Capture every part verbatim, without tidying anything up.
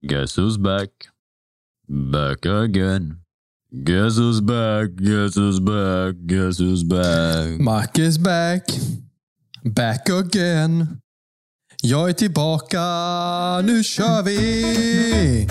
Guess who's back? Back again. Guess who's back? Guess who's back? Guess who's back? Mac is back. Back again. Jag är tillbaka. Nu kör vi!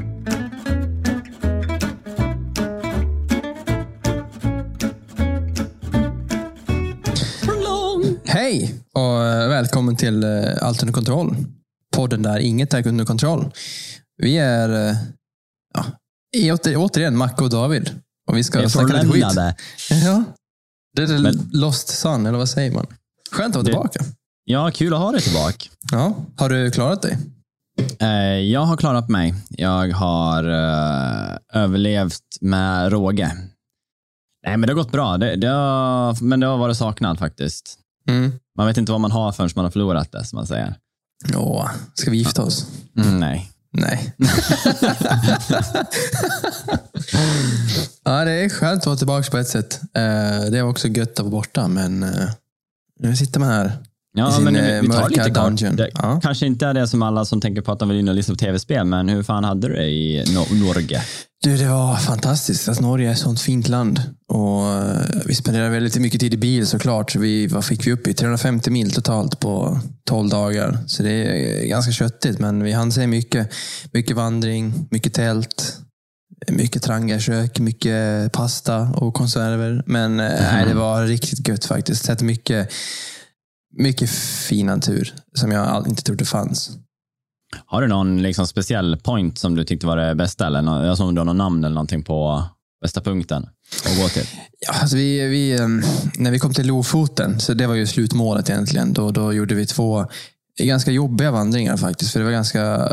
Hej och välkommen till Allt under kontroll. Podden där inget är under kontroll. Vi är ja, återigen Mac och David. Och vi ska snacka lite skit. Ja. Det är Men, Lost Sun, eller vad säger man? Skönt att vara tillbaka. Ja, kul att ha dig tillbaka. Ja, har du klarat dig? Eh, jag har klarat mig. Jag har eh, överlevt med råge. Nej, men det har gått bra. Det, det har, men det har varit saknad faktiskt. Mm. Man vet inte vad man har förrän man har förlorat det, som man säger. Åh, ska vi gifta oss? Mm, nej. Nej. Ja, det är skönt att vara tillbaka på ett sätt. Det är också gött att vara borta, men nu sitter man här. Ja, men vi, vi tar lite dungeon. Det ja. Kanske inte är det som alla som tänker på att de vill in och lyssna på tv-spel, men hur fan hade du det i no- Norge? Du, det var fantastiskt. Alltså, Norge är ett sånt fint land. Och vi spenderade väldigt mycket tid i bil såklart. Så vi, vad fick vi upp i? trehundrafemtio mil totalt på tolv dagar. Så det är ganska köttigt, men vi hann se mycket. Mycket vandring, mycket tält, mycket trangiakök, mycket pasta och konserver. Men mm. nej, det var riktigt gött faktiskt. Sett mycket, mycket fin natur som jag inte trodde fanns. Har du någon liksom speciell point som du tyckte var det bästa? Eller no- som du har någon namn eller någonting på bästa punkten att gå till? Ja, alltså vi, vi, när vi kom till Lofoten, så det var ju slutmålet egentligen. Då, då gjorde vi två ganska jobbiga vandringar faktiskt. För det var ganska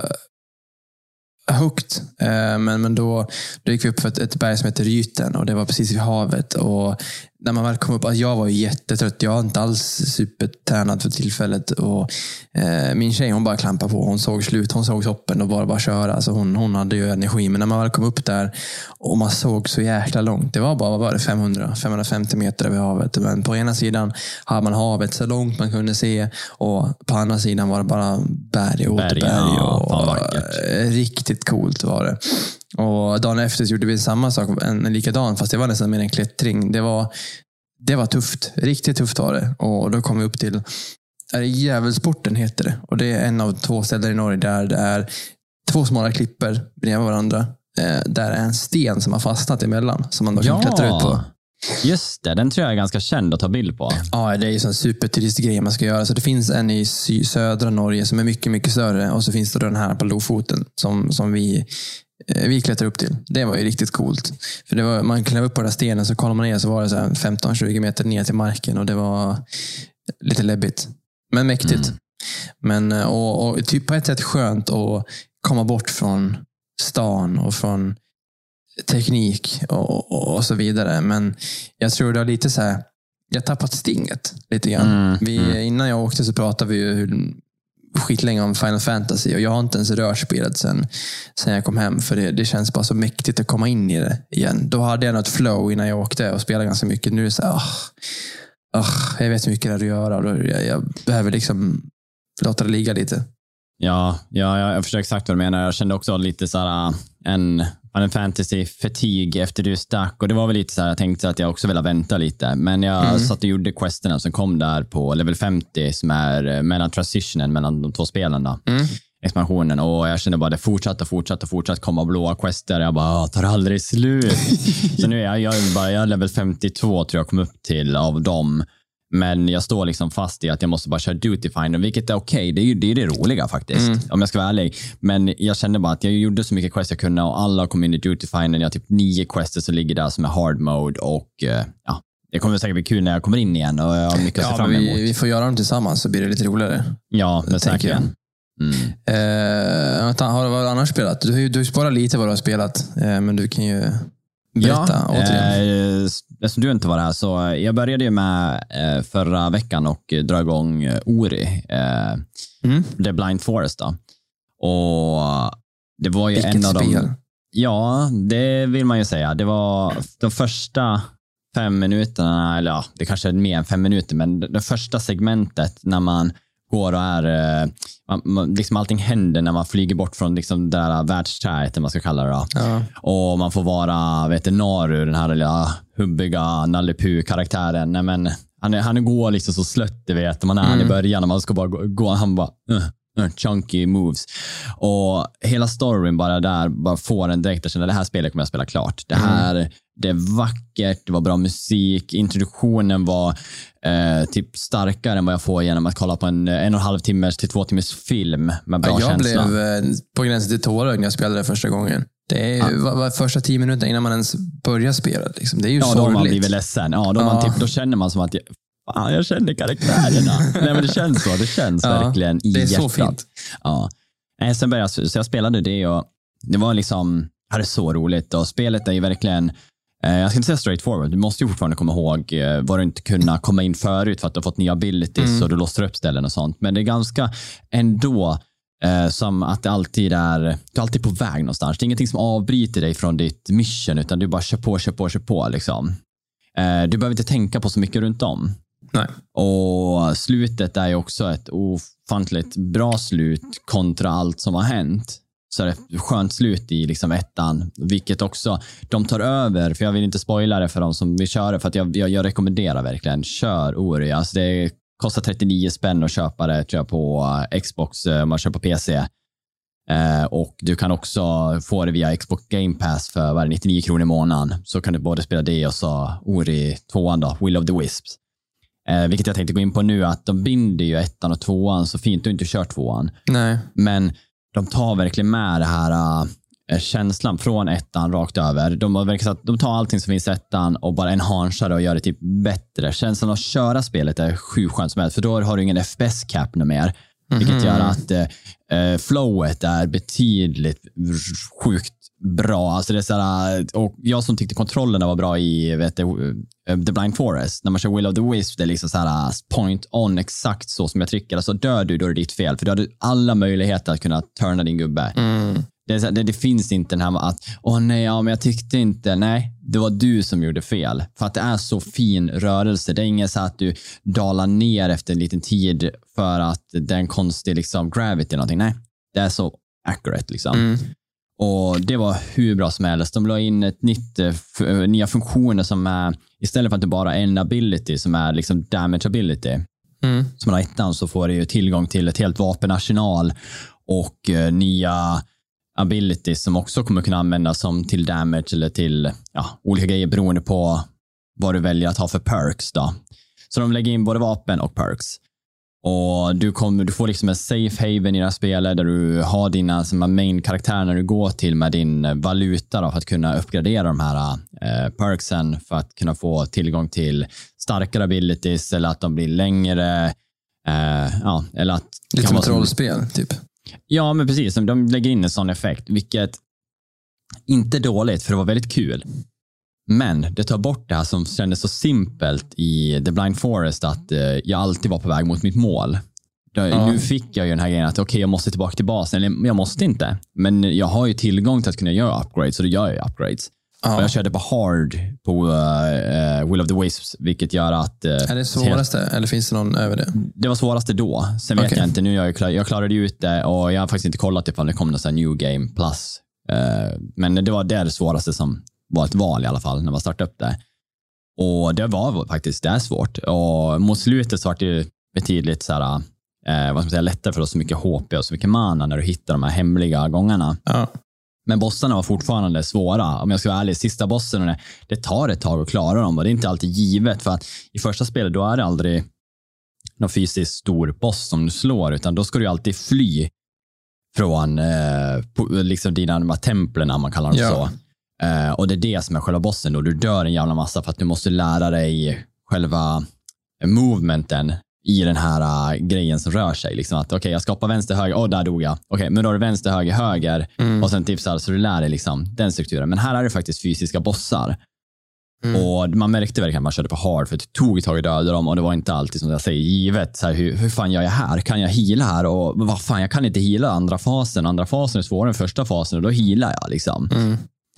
högt. Men, men då, då gick vi upp för ett, ett berg som heter Ryten. Och det var precis vid havet. Och när man väl kom upp, alltså jag var ju jättetrött. Jag var inte alls supertränad för tillfället. Och eh, min tjej, hon bara klampade på. Hon såg slut, hon såg toppen och bara bara köra. Alltså hon, hon hade ju energi. Men när man väl kom upp där och man såg så jäkla långt. Det var bara vad var det, femhundra femhundrafemtio meter över havet. Men på ena sidan hade man havet så långt man kunde se. Och på andra sidan var det bara berg och berg, berg och, ja, och riktigt coolt var det. Och dagen efter gjorde vi samma sak, en, en likadan, fast det var nästan mer en klättring. Det var, det var tufft, riktigt tufft var det. Och då kom vi upp till, är det Djävulsporten heter det. Och det är en av två ställen i Norge där det är två smala klipper bredvid varandra. Eh, där är en sten som har fastnat emellan, som man då kan ja. klättra ut på. Just det, den tror jag är ganska känd att ta bild på. Ja, det är ju en superturistgrej man ska göra. Så det finns en i sy- södra Norge som är mycket, mycket större. Och så finns det den här på Lofoten som, som vi, eh, vi klättrar upp till. Det var ju riktigt coolt. För det var, man klev upp på den stenen, så kollar man ner så var det så här femton till tjugo meter ner till marken. Och det var lite läbbigt. Men mäktigt. Mm. Men, och, och typ på ett sätt skönt att komma bort från stan och från teknik och, och, och så vidare. Men jag tror det var lite så här, jag tappat stinget lite grann. Mm, vi, mm. Innan jag åkte så pratade vi ju skitlänge om Final Fantasy och jag har inte ens rört spelet sen, sen jag kom hem, för det, det känns bara så mäktigt att komma in i det igen. Då hade jag något flow innan jag åkte och spelade ganska mycket. Nu är det så här, oh, oh, jag vet hur mycket det är att göra och jag, jag behöver liksom låta det ligga lite. Ja, ja, jag förstår exakt vad du menar. Jag kände också lite så här en Final Fantasy fatigue efter du stack, och det var väl lite så här, jag tänkte att jag också ville vänta lite, men jag mm. satt och gjorde questerna som kom där på level femtio, som är mellan transitionen mellan de två spelarna, mm. expansionen, och jag kände bara det fortsatte och fortsatte och fortsatte komma blåa quester. Jag bara, tar aldrig slut. Så nu är jag, jag, bara, jag är level femtiotvå tror jag kom upp till av dem. Men jag står liksom fast i att jag måste bara köra Duty Finder, vilket är okej. Okay. Det är ju det, är det roliga faktiskt, mm. om jag ska vara ärlig. Men jag kände bara att jag gjorde så mycket quest jag kunde och alla kom in i Duty Finder. Jag har typ nio quester som ligger där som är hard mode, och ja, det kommer säkert bli kul när jag kommer in igen och jag har mycket att se fram emot. Vi, vi får göra dem tillsammans så blir det lite roligare. Ja, det tänker jag. Mm. Eh, har du vad annars spelat? Du har ju du sparat lite vad du har spelat, eh, men du kan ju berätta ja, återigen. Eh, eftersom du inte var här, så jag började ju med eh, förra veckan och eh, dra igång eh, Ori, eh, mm. The Blind Forest då. Och det var ju Vilket en av spel? de... Ja, det vill man ju säga. Det var de första fem minuterna, eller ja, det kanske är mer än fem minuter, men det första segmentet när man går och är... Man, man, liksom allting händer när man flyger bort från liksom det där världsträet, man ska kalla det då. Ja. Och man får vara, vet du, Naru, den här lilla hubbiga Nalle Puh-karaktären. Nej, men han, är, han går liksom så slött, du vet. Man är mm. i början och man ska bara gå, gå han bara... Uh. chunky moves. Och hela storyn bara där bara får en direkt att känna, det här spelet kommer jag spela klart. Det här, mm. det är vackert, det var bra musik, introduktionen var eh, typ starkare än vad jag får genom att kolla på en en och en halv timmars till två timmars film med bra ja, jag känsla. Jag blev på gränsen till tårar när jag spelade det första gången. Det är ju ja. var, första tio minuter innan man ens börjar spela. Liksom. Det är ju ja, sorgligt. Då man blivit ledsen. Ja, då, ja. Man typ, då känner man som att jag, fan, jag känner karaktärerna. Nej, men det känns så. Det känns ja, verkligen i det är hjärtat. Så fint. Ja. Sen började jag, så jag spelade det och det var liksom, det är så roligt och spelet är ju verkligen, eh, jag ska inte säga straightforward, du måste ju fortfarande komma ihåg eh, vad du inte kunna komma in förut för att du har fått nya abilities mm. och du låser upp ställen och sånt, men det är ganska ändå eh, som att det alltid är, du är alltid på väg någonstans, det är ingenting som avbryter dig från ditt mission utan du bara kör på, kör på, kör på liksom. Eh, du behöver inte tänka på så mycket runt om. Nej. Och slutet är ju också ett ofantligt bra slut kontra allt som har hänt. Så är det ett skönt slut i liksom ettan, vilket också de tar över, för jag vill inte spoila det för de som vill köra, för att jag, jag, jag rekommenderar verkligen, kör Ori. Alltså det kostar trettionio spänn att köpa det, tror jag, på Xbox om man köper på P C. Eh, och du kan också få det via Xbox Game Pass för var nittionio kronor i månaden. Så kan du både spela det och så Ori tvåan då, Will of the Wisps. Eh, vilket jag tänkte gå in på nu, att de binder ju ettan och tvåan så fint, du inte kört tvåan. Nej. Men de tar verkligen med det här äh, känslan från ettan rakt över. De har verkligen att de tar allting som finns i ettan och bara enhancerar det och gör det typ bättre. Känslan att köra spelet är sju skönt som helst, för då har du ingen F P S-cap mer. Mm-hmm. Vilket gör att äh, flowet är betydligt sjukt bra. Alltså det är så här, och jag som tyckte kontrollerna var bra i vet du, The Blind Forest, när man kör Will of the Wisp, det är liksom så här point on, exakt så som jag trycker. Alltså dör du, då är det ditt fel, för du hade alla möjligheter att kunna turna din gubbe. Mm. Det, är så här, det, det finns inte den här att åh nej, ja, men jag tyckte inte, nej, det var du som gjorde fel, för att det är så fin rörelse. Det är inget så att du dalar ner efter en liten tid för att det är en konstig liksom gravity eller någonting. Nej, det är så accurate liksom. Mm. Och det var hur bra som helst. De la in ett nytt, f- nya funktioner som är, istället för att det bara är en ability som är liksom damage ability. Mm. Som man har ettan, så får du ju tillgång till ett helt vapenarsenal och uh, nya abilities som också kommer kunna användas som till damage eller till ja, olika grejer beroende på vad du väljer att ha för perks då. Så de lägger in både vapen och perks. Och du, kommer, du får liksom en safe haven i det här spelet där du har dina main-karaktärer när du går till med din valuta då, för att kunna uppgradera de här eh, perksen för att kunna få tillgång till starkare abilities eller att de blir längre. Eh, ja, eller att, lite som ett rollspel typ. Ja, men precis. De lägger in en sån effekt, vilket inte är dåligt, för det var väldigt kul. Men det tar bort det här som kändes så simpelt i The Blind Forest, att eh, jag alltid var på väg mot mitt mål. Då, ja. Nu fick jag ju den här grejen att okej, okay, jag måste tillbaka till basen. Eller jag måste inte. Men jag har ju tillgång till att kunna göra upgrades, så då gör jag upgrades. Ja. Och jag körde på hard på uh, Will of the Wisps, vilket gör att... Uh, är det svåraste, helt... eller finns det någon över det? Det var svåraste då. Sen vet okay. jag inte. Nu jag, klar, jag klarade ut det och jag har faktiskt inte kollat ifall det kom någon sån New Game Plus. Uh, men det var det, det svåraste som var ett val i alla fall när man startade upp det. Och det var faktiskt det är svårt. Och mot slutet så var det ju betydligt så här, eh, vad ska man säga, lättare för oss, så mycket H P och så mycket mana när du hittar de här hemliga gångarna. Ja. Men bossarna var fortfarande svåra. Om jag ska vara ärlig, sista bossen, det tar ett tag att klara dem. Och det är inte alltid givet, för att i första spelet då är det aldrig någon fysiskt stor boss som du slår, utan då ska du alltid fly från eh, på, liksom dina de här templen, man kallar dem ja. så. Uh, och det är det som är själva bossen då. Du dör en jävla massa för att du måste lära dig själva movementen i den här uh, grejen som rör sig. Liksom att okej, okay, jag ska hoppa vänster, höger, åh, oh, där dog jag. Okej, okay, men då är det vänster, höger, höger. Mm. Och sen typ så här, så du lär dig liksom den strukturen. Men här är det faktiskt fysiska bossar. Mm. Och man märkte verkligen att man körde på hard, för det tog ett tag att döda dem och det var inte alltid som jag säger givet. Så här, hur, hur fan gör jag här? Kan jag heala här? Och vad fan, jag kan inte heala andra fasen. Andra fasen är svårare än första fasen och då healar jag liksom. Mm.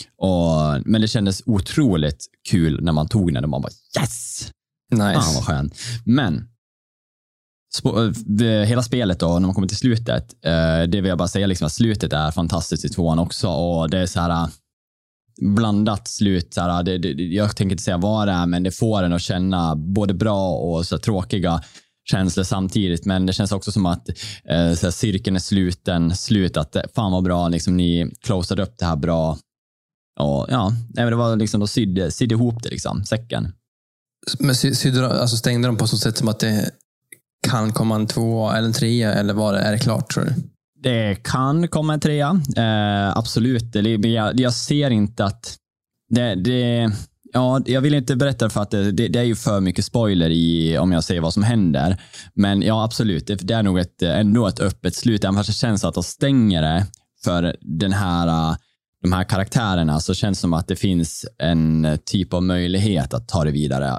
Och, men det kändes otroligt kul när man tog den och man bara yes! Nice. Fan vad skönt. Men sp- hela spelet då, när man kommer till slutet, eh, det vill jag bara säga liksom att slutet är fantastiskt i tvåan också, och det är så här blandat slut. Så här, det, det, jag tänker inte säga vad det är, men det får en att känna både bra och så tråkiga känslor samtidigt, men det känns också som att eh, så här, cirkeln är sluten, slut, att fan vad bra, liksom, ni closade upp det här bra, och ja, det var liksom, då sydde, sydde ihop det liksom, säcken. Men sydde, alltså stängde de på så sätt som att det kan komma en två eller en trea, eller var det, är det klart, tror du? Det kan komma en trea, eh, absolut. Jag, jag ser inte att det, det, ja, jag vill inte berätta för att det, det, det är ju för mycket spoiler i om jag säger vad som händer. Men ja, absolut, det, det är nog ett, ändå ett öppet slut. Även fast det känns att de stänger det för den här, de här karaktärerna, så känns det som att det finns en typ av möjlighet att ta det vidare.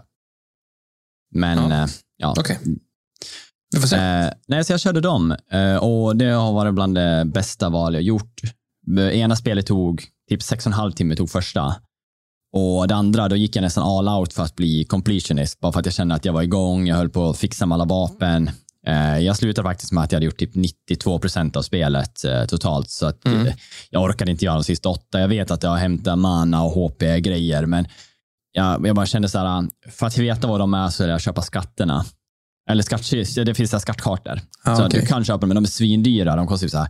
Men ja, ja. Okej. Okay. Vi får se. Eh, nej, så jag körde dem, eh, och det har varit bland det bästa val jag gjort. Ena spelet tog typ sex och en halv timme, tog första. Och det andra, då gick jag nästan all out för att bli completionist. Bara för att jag kände att jag var igång, jag höll på att fixa med alla vapen. Eh, jag slutade faktiskt med att jag hade gjort typ nittiotvå procent av spelet eh, totalt. Så att mm. eh, jag orkade inte göra de sista åtta. Jag vet att jag hämtar mana och H P-grejer, men jag, jag bara kände så här, för att veta vad de är så är det att köpa skatterna. Eller skattkist, det finns så skattkartor. Ah, så okay. Du kan köpa dem, men de är svindyra. De kostar ju så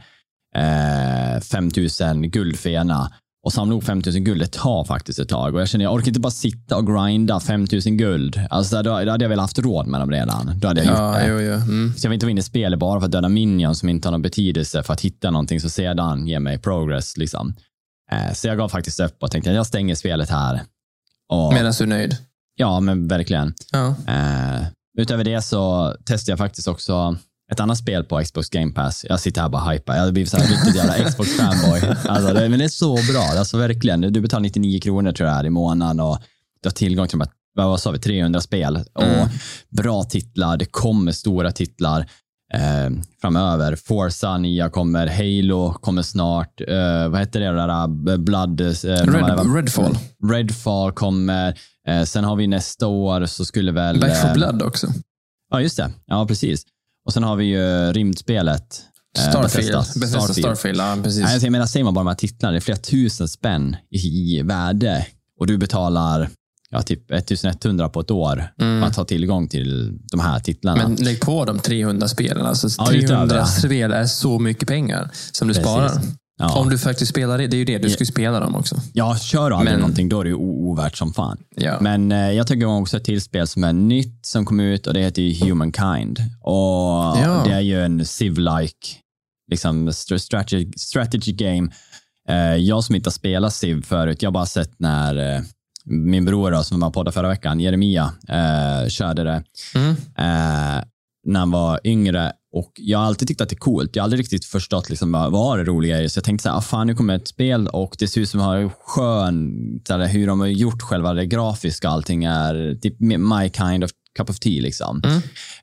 här eh, fem tusen guld för ena. Och samla ihop fem tusen guld, det tar faktiskt ett tag. Och jag känner, jag orkar inte bara sitta och grinda fem tusen guld. Alltså då, då hade jag väl haft råd med dem redan. Då hade jag ja, gjort det. Jo, jo. Mm. Så jag vill inte vinna spelet bara för att döda minions som inte har någon betydelse för att hitta någonting så sedan ge mig progress liksom. Eh, så jag gav faktiskt upp och tänkte att jag stänger spelet här. Och, medan du är nöjd? Ja, men verkligen. Ja. Eh, Utöver det så testade jag faktiskt också ett annat spel på Xbox Game Pass. Jag sitter här bara och hypar. Jag har blivit så här riktigt jävla Xbox fanboy. Alltså, det, men det är så bra. Alltså verkligen. Du betalar nittionio kronor tror jag i månaden och du har tillgång till de här, vad sa vi, trehundra spel. Och mm. bra titlar. Det kommer stora titlar eh, framöver. Forza nya kommer. Halo kommer snart. Eh, vad heter det där? Blood. Eh, Red, Redfall. Redfall kommer. Eh, sen har vi nästa år så skulle väl... Back for Blood också. Ja, just det. Ja, precis. Och sen har vi ju rymdspelet. Starfield. Eh, Bethesda, Bethesda Starfield, ja precis. Nej, jag menar, säger man bara de här titlarna, det är flera tusen spänn i värde. Och du betalar ja, typ ettusen på ett år mm. för att ha tillgång till de här titlarna. Men lägg på de trehundra spelen. Alltså ja, trehundra spel är så mycket pengar som du precis. Sparar. Ja. Om du faktiskt spelar det, det är ju det, du ska ju spela dem också. Ja, kör du aldrig Men... någonting, då är det ju ovärt som fan. Ja. Men eh, jag tycker också ett till spel som är nytt som kom ut och det heter ju Humankind. Och ja. Det är ju en Civ-like liksom strategy, strategy game. Eh, jag som inte har spelat Civ förut, jag har bara sett när eh, min bror då, som var på förra veckan, Jeremia, eh, körde det. Mm. Eh, när han var yngre. Och jag har alltid tyckt att det är coolt. Jag har aldrig riktigt förstått liksom, vad det roliga är. Så jag tänkte så här, ah, fan nu kommer ett spel och det ser ut som har skön, så här, hur de har gjort själva det grafiska. Allting är typ my kind of cup of tea liksom. Mm.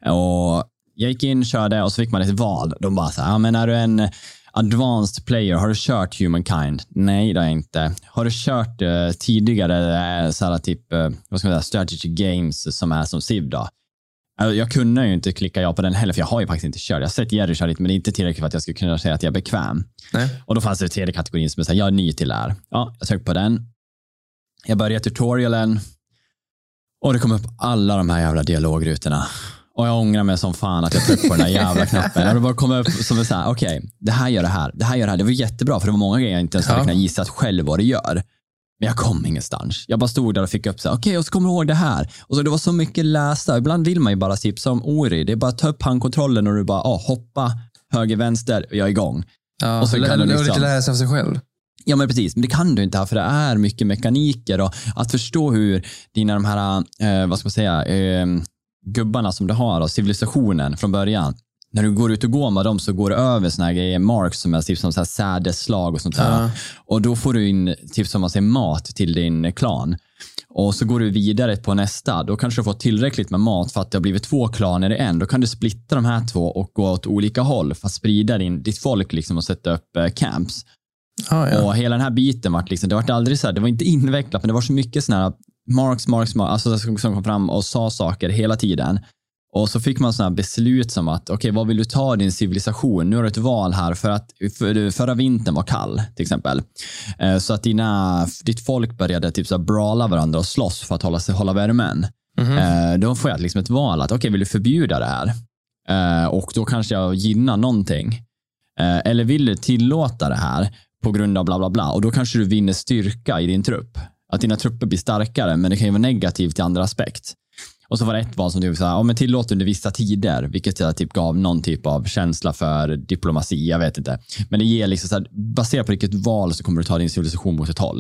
Och jag gick in, körde och så fick man ett val. De bara så här, ah, men är du en advanced player, har du kört Humankind? Nej, det är inte. Har du kört uh, tidigare så här, typ, uh, vad ska man säga, strategy games som är som Civ då? Jag kunde ju inte klicka ja på den heller, för jag har ju faktiskt inte kört. Jag har sett Jerry köra lite, men det är inte tillräckligt för att jag skulle kunna säga att jag är bekväm. Nej. Och då fanns det tredje kategorin som är så här, jag är ny till det här. Ja, jag sökte på den. Jag började tutorialen. Och det kom upp alla de här jävla dialogrutorna. Och jag ångrar mig som fan att jag tryckte på den där jävla knappen. Och det bara kom upp som så här, okej, okay, det här gör det här. Det här gör det här. Det var jättebra, för det var många grejer jag inte ens hade ja. kunnat gissa själv vad det gör. Men jag kom ingenstans. Jag bara stod där och fick upp så här, okej, okay, och så kommer du ihåg det här. Och så det var så mycket läsa. Ibland vill man ju bara typ som Ori. Det är bara att ta upp handkontrollen och du bara, ah, hoppa, höger, vänster och jag är igång. Ja, och så kan du liksom... lite lära sig av sig själv. Ja, men precis. Men det kan du inte ha, för det är mycket mekaniker. Och att förstå hur dina de här, eh, vad ska man säga, eh, gubbarna som du har, och civilisationen från början. När du går ut och går med dem så går du över såna här grejer, marks som är typ som så här sädeslag och sånt där. Ja. Och då får du in typ som man säger mat till din klan. Och så går du vidare på nästa. Då kanske du får tillräckligt med mat för att det har blivit två klaner i en. Då kan du splitta de här två och gå åt olika håll för att sprida din, ditt folk liksom och sätta upp eh, camps. Ah, ja. Och hela den här biten var liksom, det var aldrig så här, det var inte invecklat, men det var så mycket såna här marks, marks, marks alltså som kom fram och sa saker hela tiden. Och så fick man sådana beslut som att, okej, okay, vad vill du ta din civilisation? Nu har du ett val här för att för, förra vintern var kall, till exempel. Eh, så att dina, ditt folk började typ så här brawla varandra och slåss för att hålla, sig, hålla värmen. Mm-hmm. Eh, då får jag liksom ett val att, okej, okay, vill du förbjuda det här? Eh, och då kanske jag gynnar någonting. Eh, eller vill du tillåta det här på grund av bla bla bla? Och då kanske du vinner styrka i din trupp. Att dina trupper blir starkare, men det kan ju vara negativt i andra aspekt. Och så var det ett val som typ så här, om jag tillåter under vissa tider, vilket jag typ gav någon typ av känsla för diplomati, jag vet inte. Men det ger liksom så här, baserat på vilket val så kommer du ta din civilisation mot ett håll.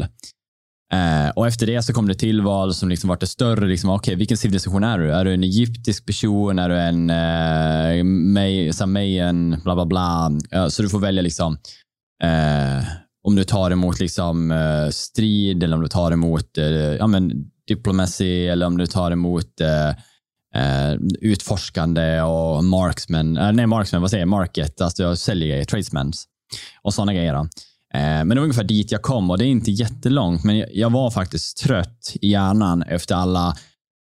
Eh, och efter det så kom det till val som liksom var det större, liksom, okej, okay, vilken civilisation är du? Är du en egyptisk person? Är du en eh, May, Samayan, bla bla bla. Eh, så du får välja liksom eh, om du tar emot liksom eh, strid, eller om du tar emot eh, ja men diplomacy, eller om du tar emot eh, eh, utforskande och marksman, eh, nej marksman, vad säger jag? Market, alltså jag säljer grejer, tradesmen och sådana grejer. Eh, men det var ungefär dit jag kom, och det är inte jättelångt, men jag, jag var faktiskt trött i hjärnan efter alla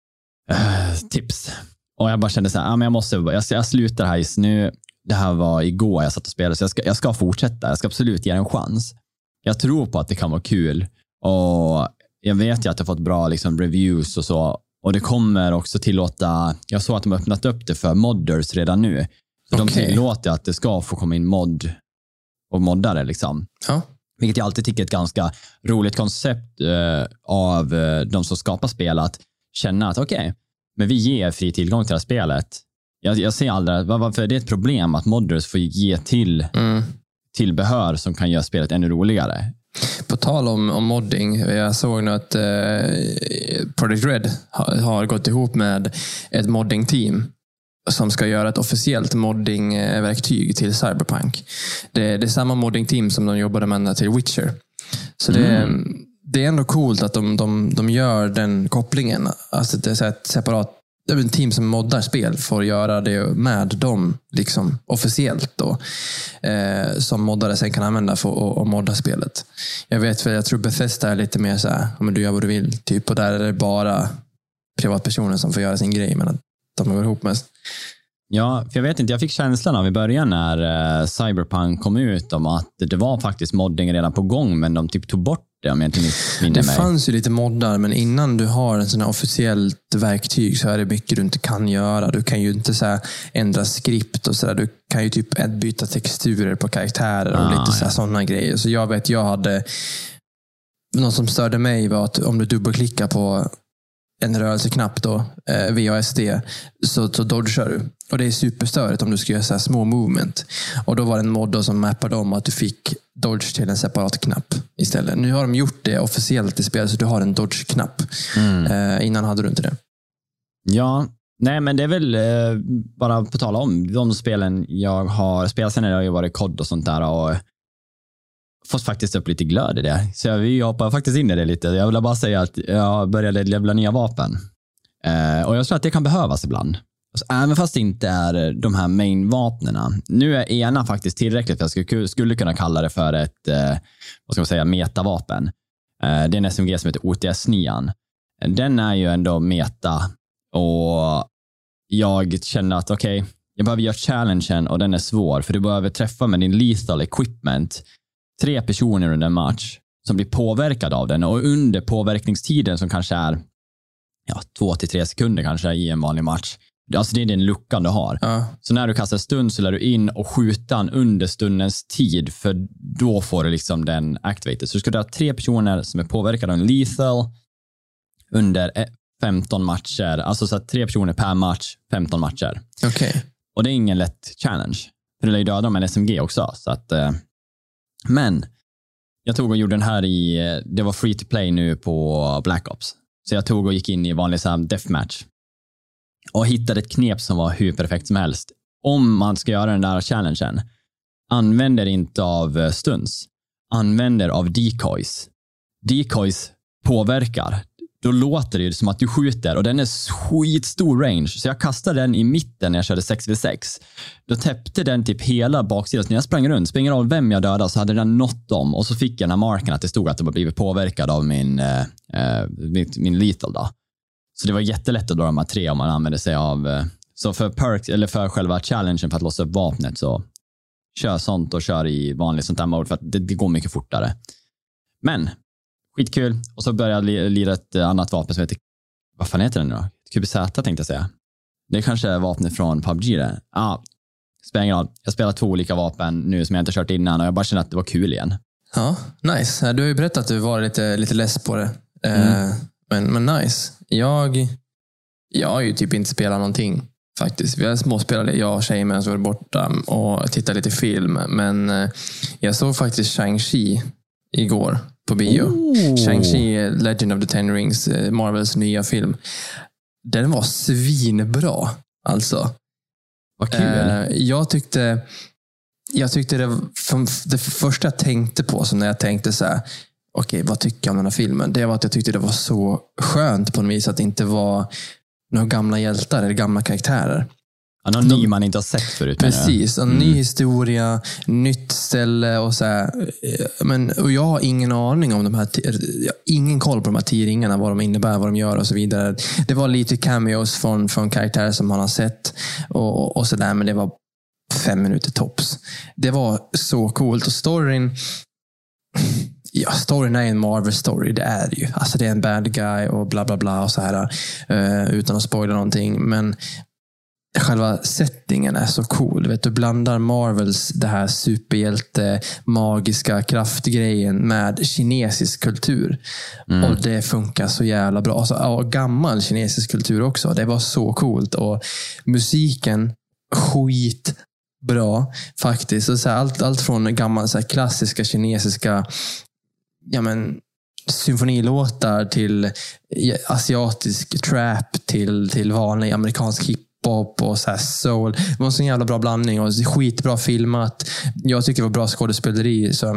eh, tips. Och jag bara kände så här, ah, men jag måste, jag, jag slutar här just nu. Det här var igår jag satt och spelade, så jag ska, jag ska fortsätta. Jag ska absolut ge en chans. Jag tror på att det kan vara kul, och jag vet ju att jag har fått bra liksom, reviews och så. Och det kommer också tillåta, jag såg att de har öppnat upp det för modders redan nu. Så okay. De tillåter att det ska få komma in mod och moddare liksom. Ja. Vilket jag alltid tycker är ett ganska roligt koncept eh, av eh, de som skapar spel, att känna att okej, okay, men vi ger fri tillgång till det här spelet. Jag, jag ser aldrig, varför det är ett problem att modders får ge till mm. tillbehör som kan göra spelet ännu roligare. På tal om, om modding, jag såg nu att eh, Project Red har, har gått ihop med ett modding-team som ska göra ett officiellt modding-verktyg till Cyberpunk. Det, det är samma modding-team som de jobbade med till Witcher. Så det, mm. det är ändå coolt att de, de, de gör den kopplingen. Alltså det är så ett separat ett team som moddar spel får göra det med dem liksom officiellt då, eh, som moddare sen kan använda för att modda spelet. Jag vet väl, jag tror Bethesda är lite mer så här, men du gör vad du vill typ, och där är det bara privatpersoner som får göra sin grej, men att de går ihop mest. Ja, för jag vet inte, jag fick känslan av i början när uh, Cyberpunk kom ut om att det var faktiskt modding redan på gång, men de typ tog bort det, om jag inte minns Det mig. fanns ju lite moddar, men innan du har en sån här officiellt verktyg så är det mycket du inte kan göra. Du kan ju inte så här ändra skript och sådär. Du kan ju typ byta texturer på karaktärer och ah, lite så här, ja. sådana grejer. Så jag vet, jag hade något som störde mig var att om du dubbelklickar på en rörelseknapp då, eh, V A S D, så, så dodgar du. Och det är superstörigt om du ska göra så här små movement. Och då var det en mod då som mappade om att du fick dodge till en separat knapp istället. Nu har de gjort det officiellt i spelet, så du har en dodge-knapp. Mm. Eh, innan hade du inte det. Ja, nej men det är väl eh, bara på tala om de spelen jag har spelat. Sen har jag ju varit kod och sånt där, och fått faktiskt upp lite glöd i det. Så jag, vi hoppar faktiskt in i det lite. Jag vill bara säga att jag började levla nya vapen. Eh, och jag tror att det kan behövas ibland. Alltså, även fast det inte är de här main-vapnena. Nu är ena faktiskt tillräckligt för att jag skulle, skulle kunna kalla det för ett eh, vad ska man säga, metavapen. Eh, det är en S M G som heter O T S nio. Den är ju ändå meta. Och jag känner att okej, okay, jag behöver göra challengen, och den är svår. För du behöver träffa med din lethal equipment tre personer under en match som blir påverkade av den, och under påverkningstiden som kanske är ja, två till tre sekunder kanske i en vanlig match. Alltså det är den luckan du har. Ja. Så när du kastar stund så lär du in och skjuta den under stundens tid, för då får du liksom den activated. Så du ska ha tre personer som är påverkade av en lethal under femton matcher. Alltså så att tre personer per match, femton matcher. Okej. Okay. Och det är ingen lätt challenge. För det lär ju döda med en S M G också. Så att, eh, men jag tog och gjorde den här i, det var free to play nu på Black Ops. Så jag tog och gick in i vanlig så här deathmatch. Och hittade ett knep som var hur perfekt som helst. Om man ska göra den där challengen, använder inte av stunts. Använder av decoys. Decoys påverkar. Då låter det ju som att du skjuter, och den är skitstor range. Så jag kastade den i mitten när jag körde sex vid sex. Då täppte den typ hela baksidan. Så när jag sprang runt, springer av vem jag dödade, så hade den nått dem. Och så fick jag den här marken att det stod att det var blivit påverkad av min, eh, min, min lethal då. Så det var jättelätt att dra de här tre om man använde sig av eh, Så för perks, eller för själva challengen för att låsa upp vapnet, så kör sånt och kör i vanligt sånt där mode för att det, det går mycket fortare. Men skitkul. Och så började jag lira ett annat vapen som heter, vad fan heter den nu då? Q B Z tänkte jag säga. Det är kanske vapnet från P U B G det. Ja, ah, spelar ingen roll. Jag spelar två olika vapen nu som jag inte kört innan och jag bara känner att det var kul igen. Ja, nice. Du har ju berättat att du var lite, lite less på det. Mm. Uh, men, men nice. Jag, jag har ju typ inte spelat någonting faktiskt. Vi har småspelade, jag och tjejen medan vi var borta och tittade lite film. Men uh, jag såg faktiskt Shang-Chi igår på bio. Oh. Shang-Chi, Legend of the Ten Rings, uh, Marvels nya film. Den var svinbra, alltså. Vad kul. Uh, jag tyckte jag tyckte det, det första jag tänkte på, så när jag tänkte så här, okej, vad tycker jag om den här filmen? Det var att jag tyckte det var så skönt på något vis att det inte var några gamla hjältar eller gamla karaktärer. Ja, någon ny man inte har sett förut. Precis, en mm. ny historia, nytt ställe och så här. Men, och jag har ingen aning om de här, jag har ingen koll på de här tio ringarna, vad de innebär, vad de gör och så vidare. Det var lite cameos från, från karaktärer som man har sett och, och sådär, men det var fem minuter tops. Det var så coolt och storyn, ja, storyn är en Marvel-story, det är det ju. Alltså det är en bad guy och bla bla bla och så här, uh, utan att spoila någonting, men själva settingen är så cool. Du vet, du blandar Marvels det här superhjälte magiska kraftgrejen med kinesisk kultur. Mm. Och det funkar så jävla bra. Alltså, och gammal kinesisk kultur också. Det var så coolt. Och musiken skitbra faktiskt. Och så här, allt, allt från gamla så här, klassiska kinesiska, ja men, symfonilåtar till asiatisk trap till, till vanlig amerikansk hip pop och så här soul. Det var en sån jävla bra blandning och skitbra filmat. Jag tycker det var bra skådespeleri. Så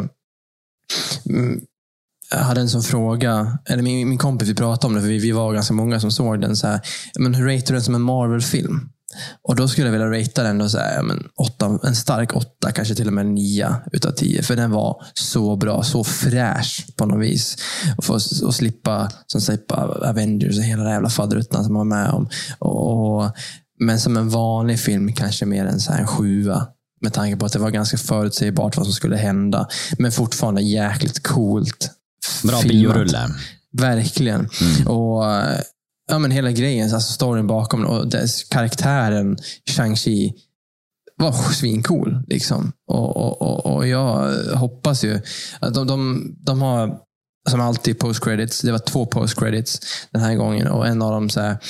mm, jag hade en sån fråga, eller min, min kompis, vi pratade om det för vi, vi var ganska många som såg den så här, men hur ratear du den som en Marvel-film? Och då skulle jag vilja ratea den och så här, men åtta, en stark åtta, kanske till och med nio utav tio, för den var så bra, så fräsch på något vis. Och få och slippa som slippa Avengers och hela det jävla fadderuttan som man var med om. Och, och men som en vanlig film kanske mer än så här en sjua. Med tanke på att det var ganska förutsägbart vad som skulle hända. Men fortfarande jäkligt coolt. Bra biorulle. Verkligen. Mm. Och ja, men hela grejen, alltså storyn bakom och dess karaktären Shang-Chi var svincool. Liksom. Och, och, och, och jag hoppas ju att de, de, de har som alltid post-credits. Det var två post-credits den här gången. Och en av dem så här,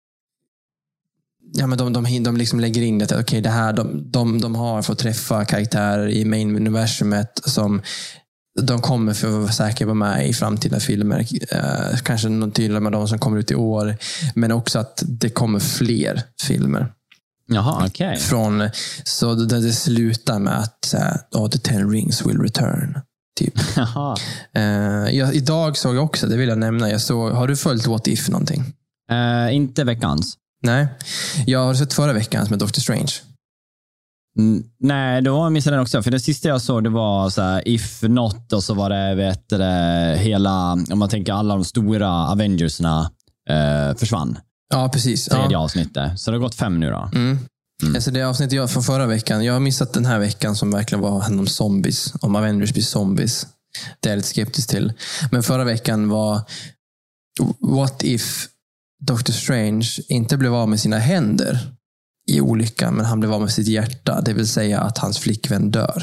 ja, men de, de, de liksom lägger in det. Okay, det här, de, de, de har fått träffa karaktärer i main-universumet som de kommer för att vara säkra på med i framtida filmer. Eh, kanske något tydligare med de som kommer ut i år. Men också att det kommer fler filmer. Jaha, okej. Okay. Från, så det, det slutar med att oh, the ten rings will return. Typ. Jaha. Eh, jag, idag såg jag också, det vill jag nämna. Jag såg, har du följt What If någonting? Uh, inte veckans. Nej, jag har sett förra veckans med Doctor Strange. Mm, nej, då var missade den också. För det sista jag såg, det var så här, If Not, och så var det, vet det, hela, om man tänker alla de stora Avengersna eh, försvann. Ja, precis. Tredje ja. avsnittet. Så det har gått fem nu då. Mm. Mm. Alltså det avsnittet jag från förra veckan, jag har missat den här veckan som verkligen var om zombies. Om Avengers blir zombies. Det är jag lite skeptisk till. Men förra veckan var What if Doctor Strange inte blev av med sina händer i olyckan, men han blev av med sitt hjärta. Det vill säga att hans flickvän dör.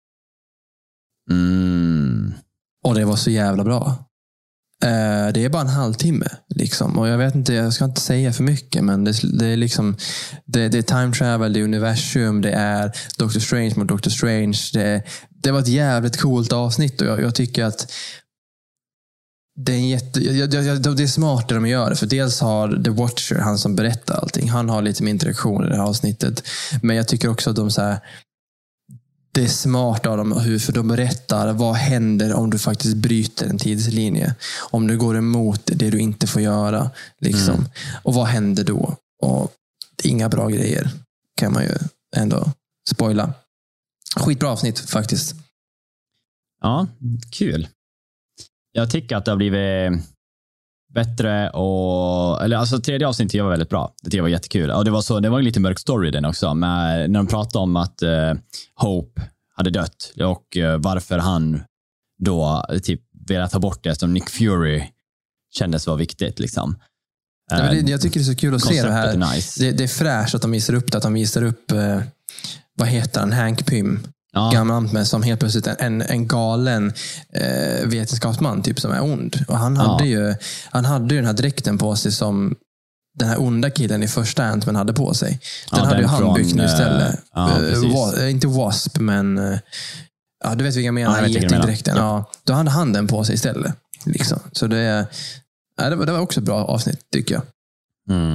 Mm. Och det var så jävla bra. Uh, det är bara en halvtimme. Liksom. Och jag vet inte, jag ska inte säga för mycket, men det, det är liksom det, det är time travel, det är universum, det är Doctor Strange mot Doctor Strange. Det, det var ett jävligt coolt avsnitt och jag, jag tycker att det är, jätte, det är smart det de gör. För dels har The Watcher, han som berättar allting, han har lite mer interaktion i det här avsnittet. Men jag tycker också att de så här, det är smart av dem hur, för de berättar vad händer om du faktiskt bryter en tidslinje. Om du går emot det du inte får göra. Liksom. Mm. Och vad händer då? Och inga bra grejer kan man ju ändå spoila. Skitbra avsnitt faktiskt. Ja, kul. Jag tycker att det har blivit bättre och eller alltså tredje avsnittet var väldigt bra. Det var jättekul. Och det var så det var en lite mörk story den också, med när de pratade om att uh, Hope hade dött och uh, varför han då typ ville ta bort det som Nick Fury kändes var viktigt liksom. Ja, men det, jag tycker det är så kul att se det här. Är nice. det, det är fräscht att de visar upp det, att de visar upp uh, vad heter han, Hank Pym. Ja. Gammal med som helt plötsligt en, en galen eh, vetenskapsman typ som är ond. Och han hade, ja. ju, han hade ju den här dräkten på sig som den här onda killen i första Ant-Man hade på sig. Den ja, hade den ju han från, byggt nu istället. Ja, uh, wa, inte Wasp, men uh, ja, du vet vilka jag menar. Ja, getingdräkten. Ja. Ja, då hade han den på sig istället. Liksom. Så det, ja, det, var, det var också ett bra avsnitt, tycker jag. Mm.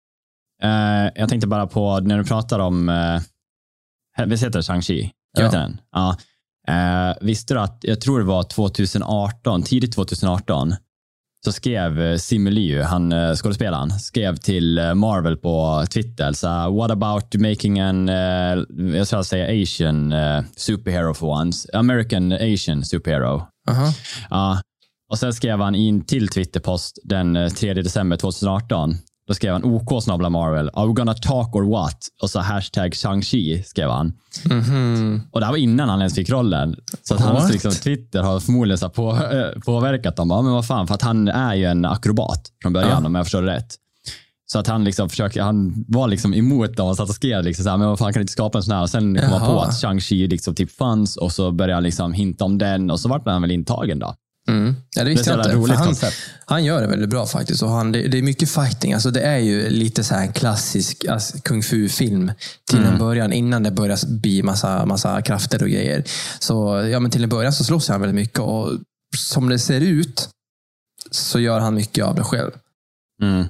Uh, jag tänkte bara på, när du pratar om uh, vi heter Shang-Chi. Jag vet ja. den. Ja. Eh, visste du att, jag tror det var tjugoarton, tidigt tjugoarton, så skrev Simu Liu, han skådespelaren, skrev till Marvel på Twitter så what about making an uh, jag ska säga Asian uh, superhero for once, American Asian superhero. Uh-huh. Ja. Och sen skrev han in till Twitterpost den tredje december tjugoarton. Då skrev han OK snabla Marvel. Are we gonna talk or what? Och så hashtag Shang-Chi skrev han. Mm-hmm. Och det här var innan han ens fick rollen. Så att hans liksom, Twitter har förmodligen så på, äh, påverkat dem. Ja, men vad fan, för att han är ju en akrobat från början, ja. om jag förstår det rätt. Så att han liksom försöker, han var liksom emot dem och satt och skrev liksom så här, men vad fan, kan inte skapa en sån här? Och sen kom han på att Shang-Chi liksom typ fanns, och så började han liksom hinta om den, och så var han väl intagen då. Mm. Ja, det visste jag inte. Han, han gör det väldigt bra faktiskt. Och han, det, det är mycket fighting. Alltså, det är ju lite så här en klassisk alltså, kung fu-film till mm. en början, innan det börjar bli massa, massa krafter och grejer. Så ja, men till en början så slåss han väldigt mycket. Och som det ser ut så gör han mycket av det själv. Mm.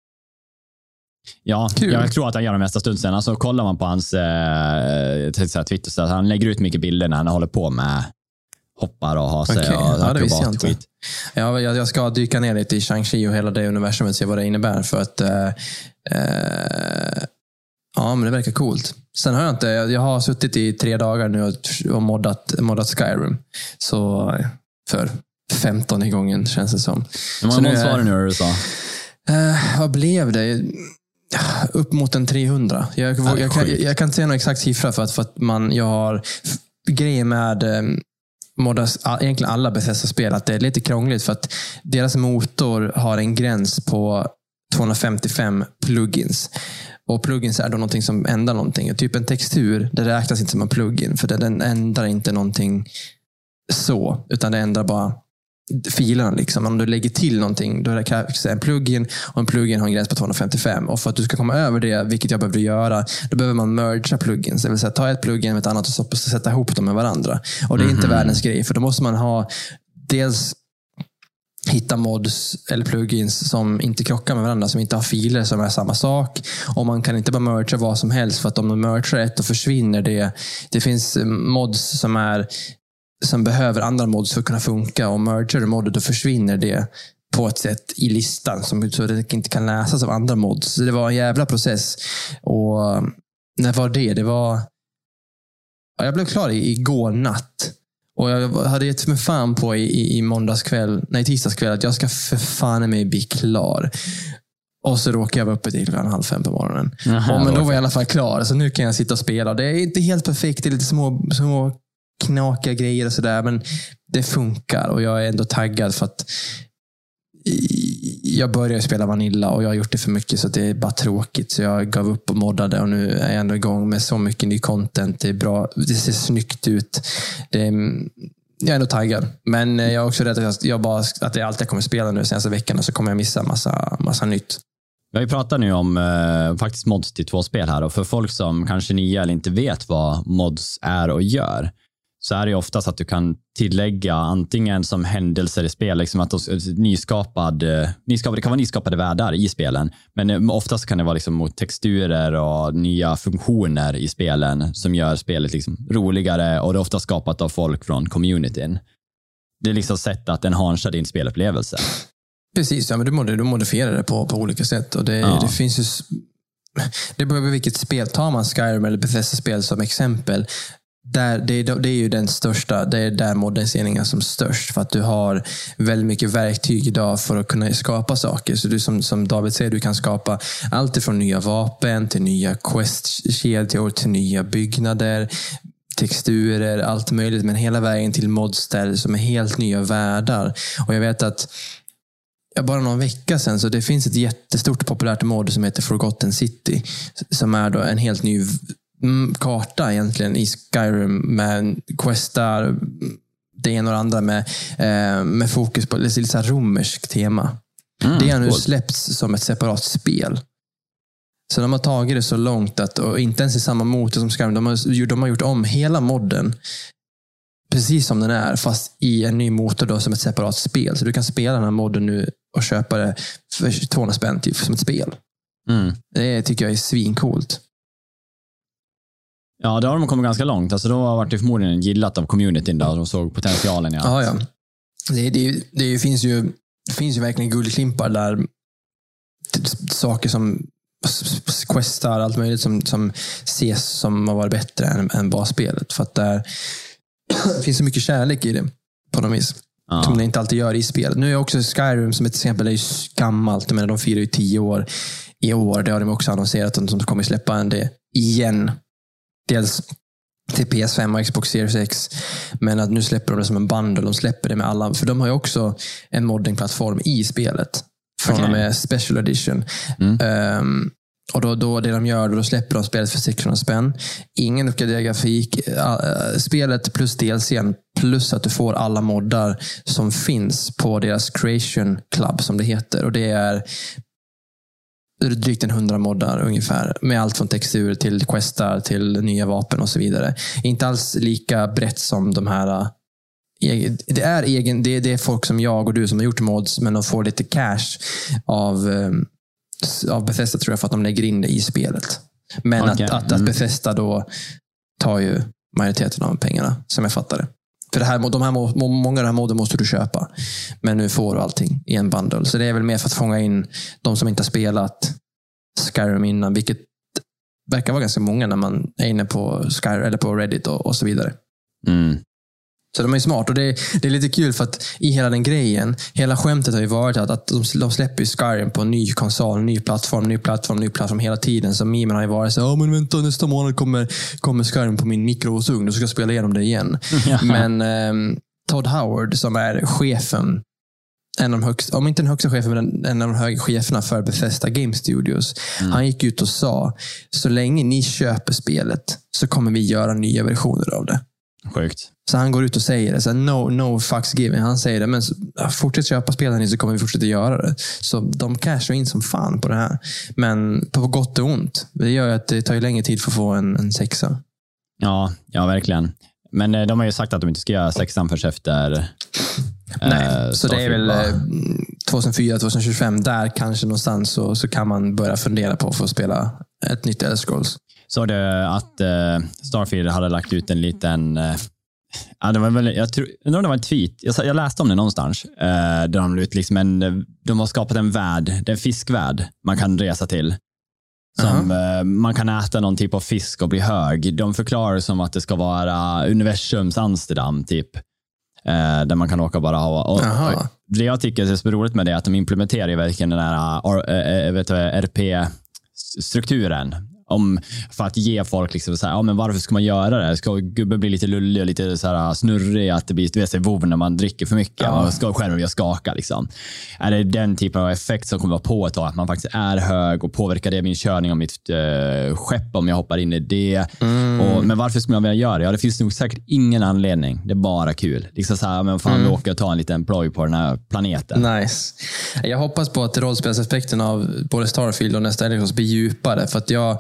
Ja, jag tror att han gör det mesta stundsen. Alltså, kollar man på hans eh, Twitter så att han lägger ut mycket bilder när han håller på med hoppar och har sig okay. och ja, det visste jag inte. Ja, jag, jag ska dyka ner lite i Shang-Chi och hela det universumet och se vad det innebär, för att äh, äh, ja, men det verkar coolt. Sen har jag inte, jag, jag har suttit i tre dagar nu och, och moddat, moddat Skyrim, så för femtonde gången känns det som. Hur många månader var det nu, du sa? Äh, vad blev det? Upp mot en trehundra. Jag, jag, jag, kan, jag kan inte säga någon exakt siffra för att, för att man, jag har grejer med moddas, egentligen alla Bethesda-spel, att det är lite krångligt för att deras motor har en gräns på tvåhundrafemtiofem plugins. Och plugins är då någonting som ändrar någonting. Typ en textur, det räknas inte som en plugin, för den ändrar inte någonting så, utan det ändrar bara filerna liksom. Om du lägger till någonting, då är det en plugin, och en plugin har en gräns på tvåhundrafemtiofem, och för att du ska komma över det, vilket jag behövde göra, då behöver man mergea plugins, det vill säga ta ett plugin med ett annat och sätta ihop dem med varandra. Och det är mm-hmm. inte världens grej, för då måste man ha dels hitta mods eller plugins som inte krockar med varandra, som inte har filer som är samma sak, och man kan inte bara mergea vad som helst, för att om man mergear ett, då försvinner det. Det finns mods som är som behöver andra mods för att kunna funka, och merger modet, då försvinner det på ett sätt i listan som så det inte kan läsas av andra mods. Så det var en jävla process. Och när var det? Det var ja, jag blev klar i, igår natt. Och jag hade gett mig fan på i, i, i måndagskväll, nej tisdagskväll, att jag ska för fan mig bli klar. Och så råkade jag vara uppe till klockan halv fem på morgonen. Aha, och, men då var jag i alla fall klar. Så nu kan jag sitta och spela. Det är inte helt perfekt, det är lite små, små knaka grejer och sådär, men det funkar, och jag är ändå taggad för att jag började spela Vanilla och jag har gjort det för mycket så det är bara tråkigt, så jag gav upp och moddade, och nu är jag ändå igång med så mycket ny content. Det är bra, det ser snyggt ut, det är, jag är ändå taggad, men jag är också rädd att jag bara att jag alltid kommer spela nu senaste veckan, och så kommer jag missa massa, massa nytt. Vi pratar nu om eh, faktiskt mods till två spel här, och för folk som kanske nya eller inte vet vad mods är och gör, så är det oftast att du kan tillägga antingen som händelser i spel, liksom att nyskapad, nyskapad, det kan vara nyskapade världar i spelen, men oftast kan det vara liksom mot texturer och nya funktioner i spelen som gör spelet liksom roligare, och det är ofta skapat av folk från communityn. Det är liksom sätt att enhansa din spelupplevelse. Precis, ja, men du, mod- du modifierar det på, på olika sätt, och det, ja. det finns ju det behöver vilket spel, tar man Skyrim eller Bethesda-spel som exempel. där, det, är, det är ju den största, det är där moderniseringen är som störst, för att du har väldigt mycket verktyg idag för att kunna skapa saker. Så du som, som David säger, du kan skapa allt ifrån nya vapen till nya quest-kedjor till nya byggnader, texturer, allt möjligt, men hela vägen till modställ som är helt nya världar. Och jag vet att bara någon vecka sedan, så det finns ett jättestort populärt mod som heter Forgotten City, som är då en helt ny karta egentligen i Skyrim med questar, det ena och det andra med, eh, med fokus på lite så här romersk tema. Mm, det har nu cool. släppts som ett separat spel. Så de har tagit det så långt att, och inte ens i samma motor som Skyrim, de har, de har gjort om hela modden precis som den är, fast i en ny motor då, som ett separat spel. Så du kan spela den här modden nu och köpa det för tvåhundra spänn typ, som ett spel. Mm. Det tycker jag är svincoolt. Ja, då har de kommit ganska långt. Alltså då har det förmodligen gillat av communityn där, och de såg potentialen. Ja, ja. ja. Det, det, det, finns ju, det finns ju verkligen guldklimpar där. Saker som questar, allt möjligt som, som ses som har varit bättre än, än basspelet. För att där finns så mycket kärlek i det på något vis. Ja. Som det inte alltid gör i spelet. Nu är också Skyrim som ett exempel, det är ju gammalt. Men de firar ju tio år i år. Det har de också annonserat att de kommer släppa en det igen. Dels till P S fem och Xbox Series X. Men att nu släpper de det som en bundle. De släpper det med alla. För de har ju också en moddingplattform i spelet. Från okay. och med Special Edition. Mm. Um, och då, då det de gör, då släpper de spelet för sexhundra spänn. Ingen uppgraderad grafik. Uh, spelet plus D L C:n. Plus att du får alla moddar som finns på deras Creation Club, som det heter. Och det är drygt en hundra moddar ungefär. Med allt från textur till questar till nya vapen och så vidare. Inte alls lika brett som de här. Det är, egen, det, är, det är folk som jag och du som har gjort mods, men de får lite cash av, av Bethesda, tror jag, för att de lägger in det i spelet. Men okay. att, att, att Bethesda då tar ju majoriteten av pengarna, som jag fattar det. För det här, de här, många av de här modden måste du köpa. Men nu får du allting i en bundle. Så det är väl mer för att fånga in de som inte har spelat Skyrim innan. Vilket verkar vara ganska många när man är inne på Skyrim eller på Reddit och, och så vidare. Mm. Så de är smart. Och det är, det är lite kul för att i hela den grejen, hela skämtet har ju varit att, att de, de släpper Skyrim på en ny konsol, ny plattform, ny plattform, ny plattform hela tiden. Så memen har ju varit så ja, men vänta, nästa månad kommer, kommer Skyrim på min mikrovågsugn och så ska jag spela igenom det igen. Ja. Men eh, Todd Howard, som är chefen, en av de högsta, om inte den högsta chefen, men en av de höga cheferna för Bethesda Game Studios. Mm. Han gick ut och sa, så länge ni köper spelet så kommer vi göra nya versioner av det. Sjukt. Så han går ut och säger det. Så no, no fucks given. Han säger det. Men så, fortsätt köpa spelen så kommer vi fortsätta göra det. Så de cashar in som fan på det här. Men på gott och ont. Det gör att det tar ju längre tid för att få en, en sexa. Ja, ja, verkligen. Men de har ju sagt att de inte ska göra sexan först efter. Nej, eh, så det är väl eh, tjugohundrafyra till tjugofem. Där kanske någonstans så, så kan man börja fundera på att få spela ett nytt Elder Scrolls. Så det att uh, Starfield hade lagt ut en liten uh, ja, det var väl, jag tror det var en tweet, jag, jag läste om det någonstans uh, där de ut liksom en, de har skapat en värld, det är en fiskvärld man kan resa till som uh-huh. uh, man kan äta någon typ av fisk och bli hög. De förklarar som att det ska vara universums Amsterdam typ, uh, där man kan åka bara ha och, uh-huh. och det jag tycker är så roligt med det är att de implementerar ju verkligen den där uh, uh, vet du, R P-strukturen. Om, för att ge folk liksom så här, ja, men varför ska man göra det? Ska gubben bli lite lullig och lite så här snurrig, att det blir, du vet, sig vov när man dricker för mycket, ja. Och ska själv jag skaka liksom. Är det den typen av effekt som kommer vara på ett tag, att man faktiskt är hög och påverkar det min körning av mitt äh, skepp om jag hoppar in i det. Mm. Och, men varför skulle man vilja göra det? Ja, det finns nog säkert ingen anledning. Det är bara kul. Liksom så här, men fan mm. åka och ta en liten ploj på den här planeten. Nice. Jag hoppas på att rollspelsaspekten av både Starfield och nästa Elder Scrolls blir djupare, för att jag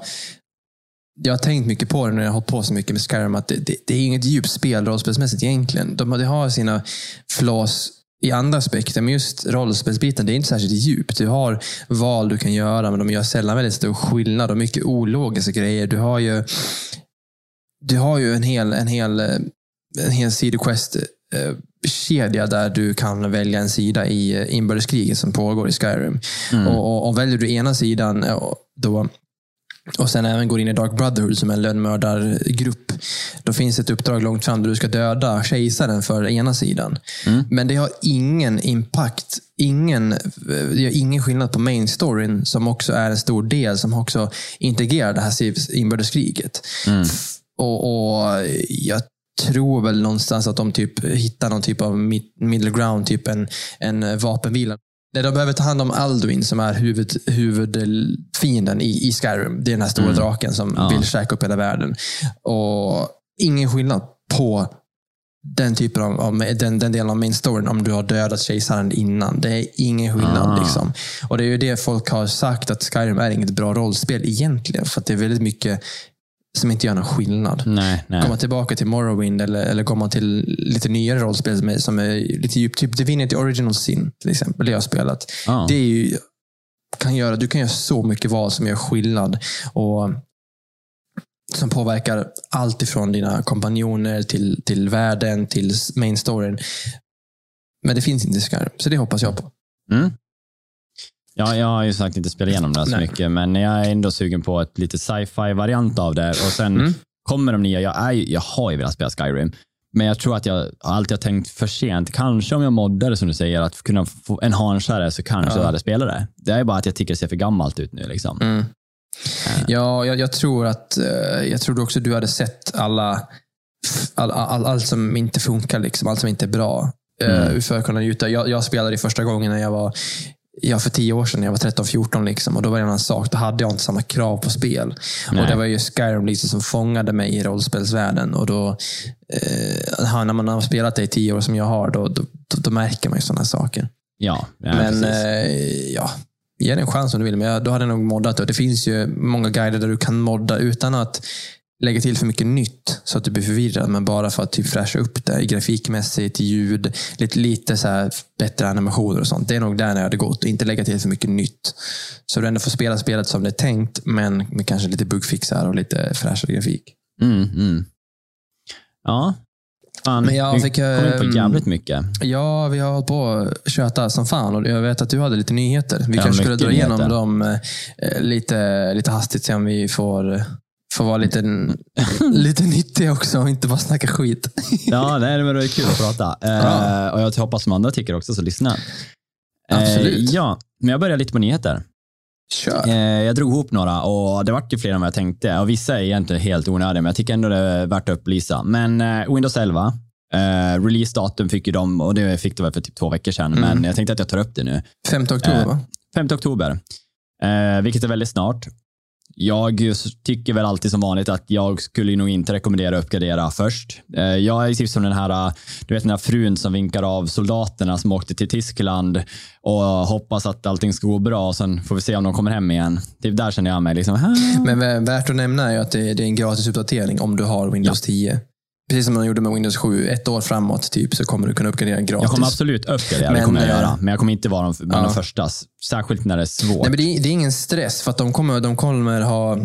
Jag har tänkt mycket på det när jag har hållit på så mycket med Skyrim, att det, det, det är inget djupt spel rollspelsmässigt egentligen. De, de har sina flaws i andra aspekter, men just rollspelsbiten, det är inte särskilt djupt. Du har val du kan göra, men de gör sällan väldigt stor skillnad och mycket ologiska grejer. Du har ju du har ju en hel en hel, en hel sidoquest eh, kedja där du kan välja en sida i inbördeskriget som pågår i Skyrim. Mm. Och, och, och väljer du ena sidan, då och sen även går in i Dark Brotherhood som en lönnmördargrupp, då finns ett uppdrag långt fram där du ska döda kejsaren för ena sidan. Mm. Men det har ingen impact, ingen, det gör ingen skillnad på main storyn, som också är en stor del, som också integrerar det här inbördeskriget. Mm. Och, och jag tror väl någonstans att de typ hittar någon typ av middle ground, typ en, en vapenvila. De behöver ta hand om Alduin som är huvud, huvudfienden i, i Skyrim. Det är den här stora mm. draken som ja. vill käka upp hela världen. Och ingen skillnad på den typen av, av den, den delen av main storyn om du har dödat kejsaren innan. Det är ingen skillnad ah. liksom. Och det är ju det folk har sagt, att Skyrim är inget bra rollspel egentligen, för att det är väldigt mycket som inte gör någon skillnad. Nej, nej. Går man tillbaka till Morrowind eller, eller går man till lite nyare rollspel som är, som är lite djupt, typ Divinity Original Sin till exempel, det jag har spelat. Ah. Det är ju, kan göra, du kan göra så mycket val som gör skillnad och som påverkar allt ifrån dina kompanjoner till, till världen, till main storyn. Men det finns inte i Skyrim, så det hoppas jag på. Mm. Ja, jag har ju sagt inte spelat igenom det så Nej. mycket, men jag är ändå sugen på ett lite sci-fi-variant av det. Och sen mm. kommer de nya, jag, är, jag har ju velat spela Skyrim, men jag tror att jag alltid har tänkt för sent. Kanske om jag moddade, som du säger, att kunna få en hanskare, så kanske ja. jag hade spelat det. Det är bara att jag tycker det ser för gammalt ut nu liksom. Mm. Uh. Ja, jag, jag tror att jag tror också du hade sett alla all, all, allt som inte funkar liksom, allt som inte är bra mm. uh, för att kunna njuta. Jag, jag spelade i första gången när jag var Ja, för tio år sedan, jag var tretton fjorton liksom, och då var det en annan sak. Då hade jag inte samma krav på spel. Nej. Och det var ju Skyrim liksom som fångade mig i rollspelsvärlden. Och då, eh, när man har spelat det i tio år som jag har, då, då, då, då märker man ju sådana saker. Ja, ja Men eh, ja, ge det en chans om du vill. Men jag, då hade jag nog moddat det. Det finns ju många guider där du kan modda utan att lägga till för mycket nytt så att du blir förvirrad, men bara för att typ fräscha upp det grafikmässigt, ljud, lite, lite så här bättre animationer och sånt. Det är nog där när jag hade gått, och inte lägga till för mycket nytt. Så du ändå får spela spelet som det är tänkt, men med kanske lite bugfixar och lite fräschare grafik. Mm, mm. Ja. Fan, men jag fick komma in på jävligt mycket. Ja, vi har hållit på att köta som fan, och jag vet att du hade lite nyheter. Vi ja, kanske skulle dra igenom nyheter. dem eh, lite, lite hastigt, se om vi får Får vara lite, lite nyttig också och inte bara snacka skit. Ja, det är, det är kul att prata. Ja. Eh, och jag hoppas som andra tycker också, så lyssna. Absolut. Eh, ja, men jag börjar lite på nyheter. Kör. Eh, jag drog ihop några, och det var ju fler än vad jag tänkte. Och vissa är egentligen helt onödiga, men jag tycker ändå det är värt att upplysa. Men eh, Windows elva, eh, release-datum fick ju de, och det fick det väl för typ två veckor sedan. Mm. Men jag tänkte att jag tar upp det nu. femte oktober eh, va? femte oktober, eh, vilket är väldigt snart. Jag tycker väl alltid som vanligt att jag skulle nog inte rekommendera att uppgradera först. Jag är typ som den här, du vet, den här frun som vinkar av soldaterna som åkte till Tyskland och hoppas att allting ska gå bra, och sen får vi se om de kommer hem igen. Typ där känner jag mig liksom. Men värt att nämna är att det är en gratis uppdatering om du har Windows ja. tio. Precis som man gjorde med Windows sju, ett år framåt typ, så kommer du kunna uppgradera gratis. Jag kommer absolut uppgradera, men, det kommer jag göra. Men jag kommer inte vara bland ja. de första, särskilt när det är svårt. Nej, men det är, det är ingen stress, för att de kommer, de kommer ha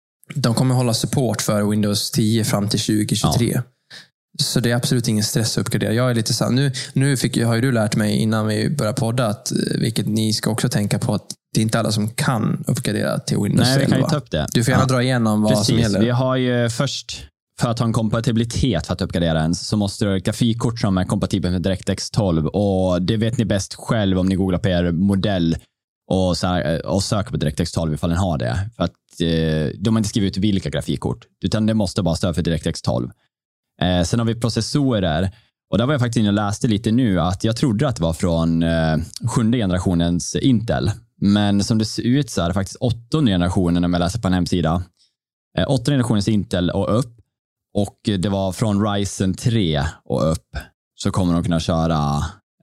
de kommer hålla support för Windows tio fram till tjugo tjugotre. Ja. Så det är absolut ingen stress att uppgradera. Jag är lite så, nu, nu fick, har ju du lärt mig innan vi började podda, att, vilket ni ska också tänka på, att det är inte alla som kan uppgradera till Windows elva. Nej, vi kan ju ta upp det. Du får gärna ja. dra igenom vad Precis. som gäller. Vi har ju först, för att ha en kompatibilitet för att uppgradera en, så måste du ha ett grafikkort som är kompatibelt med DirectX tolv, och det vet ni bäst själv om ni googlar på er modell och, så här, och söker på DirectX tolv ifall den har det. För att eh, de har inte skrivit ut vilka grafikkort, utan det måste bara stå för DirectX tolv. Eh, sen har vi processorer, och där var jag faktiskt inne och läste lite nu att jag trodde att det var från eh, sjunde generationens Intel, men som det ser ut så är det faktiskt åttonde generationen när jag läser på en hemsida. Eh, åttonde generationens Intel och upp. Och det var från Ryzen tre och upp, så kommer de kunna köra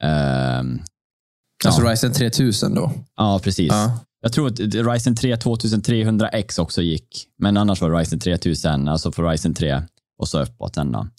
eh, alltså ja. Ryzen tre tusen då? Ja, precis. Ja. Jag tror att Ryzen tre tjugotre X också gick, men annars var Ryzen tre tusen, alltså för Ryzen tre och så uppåt sen då.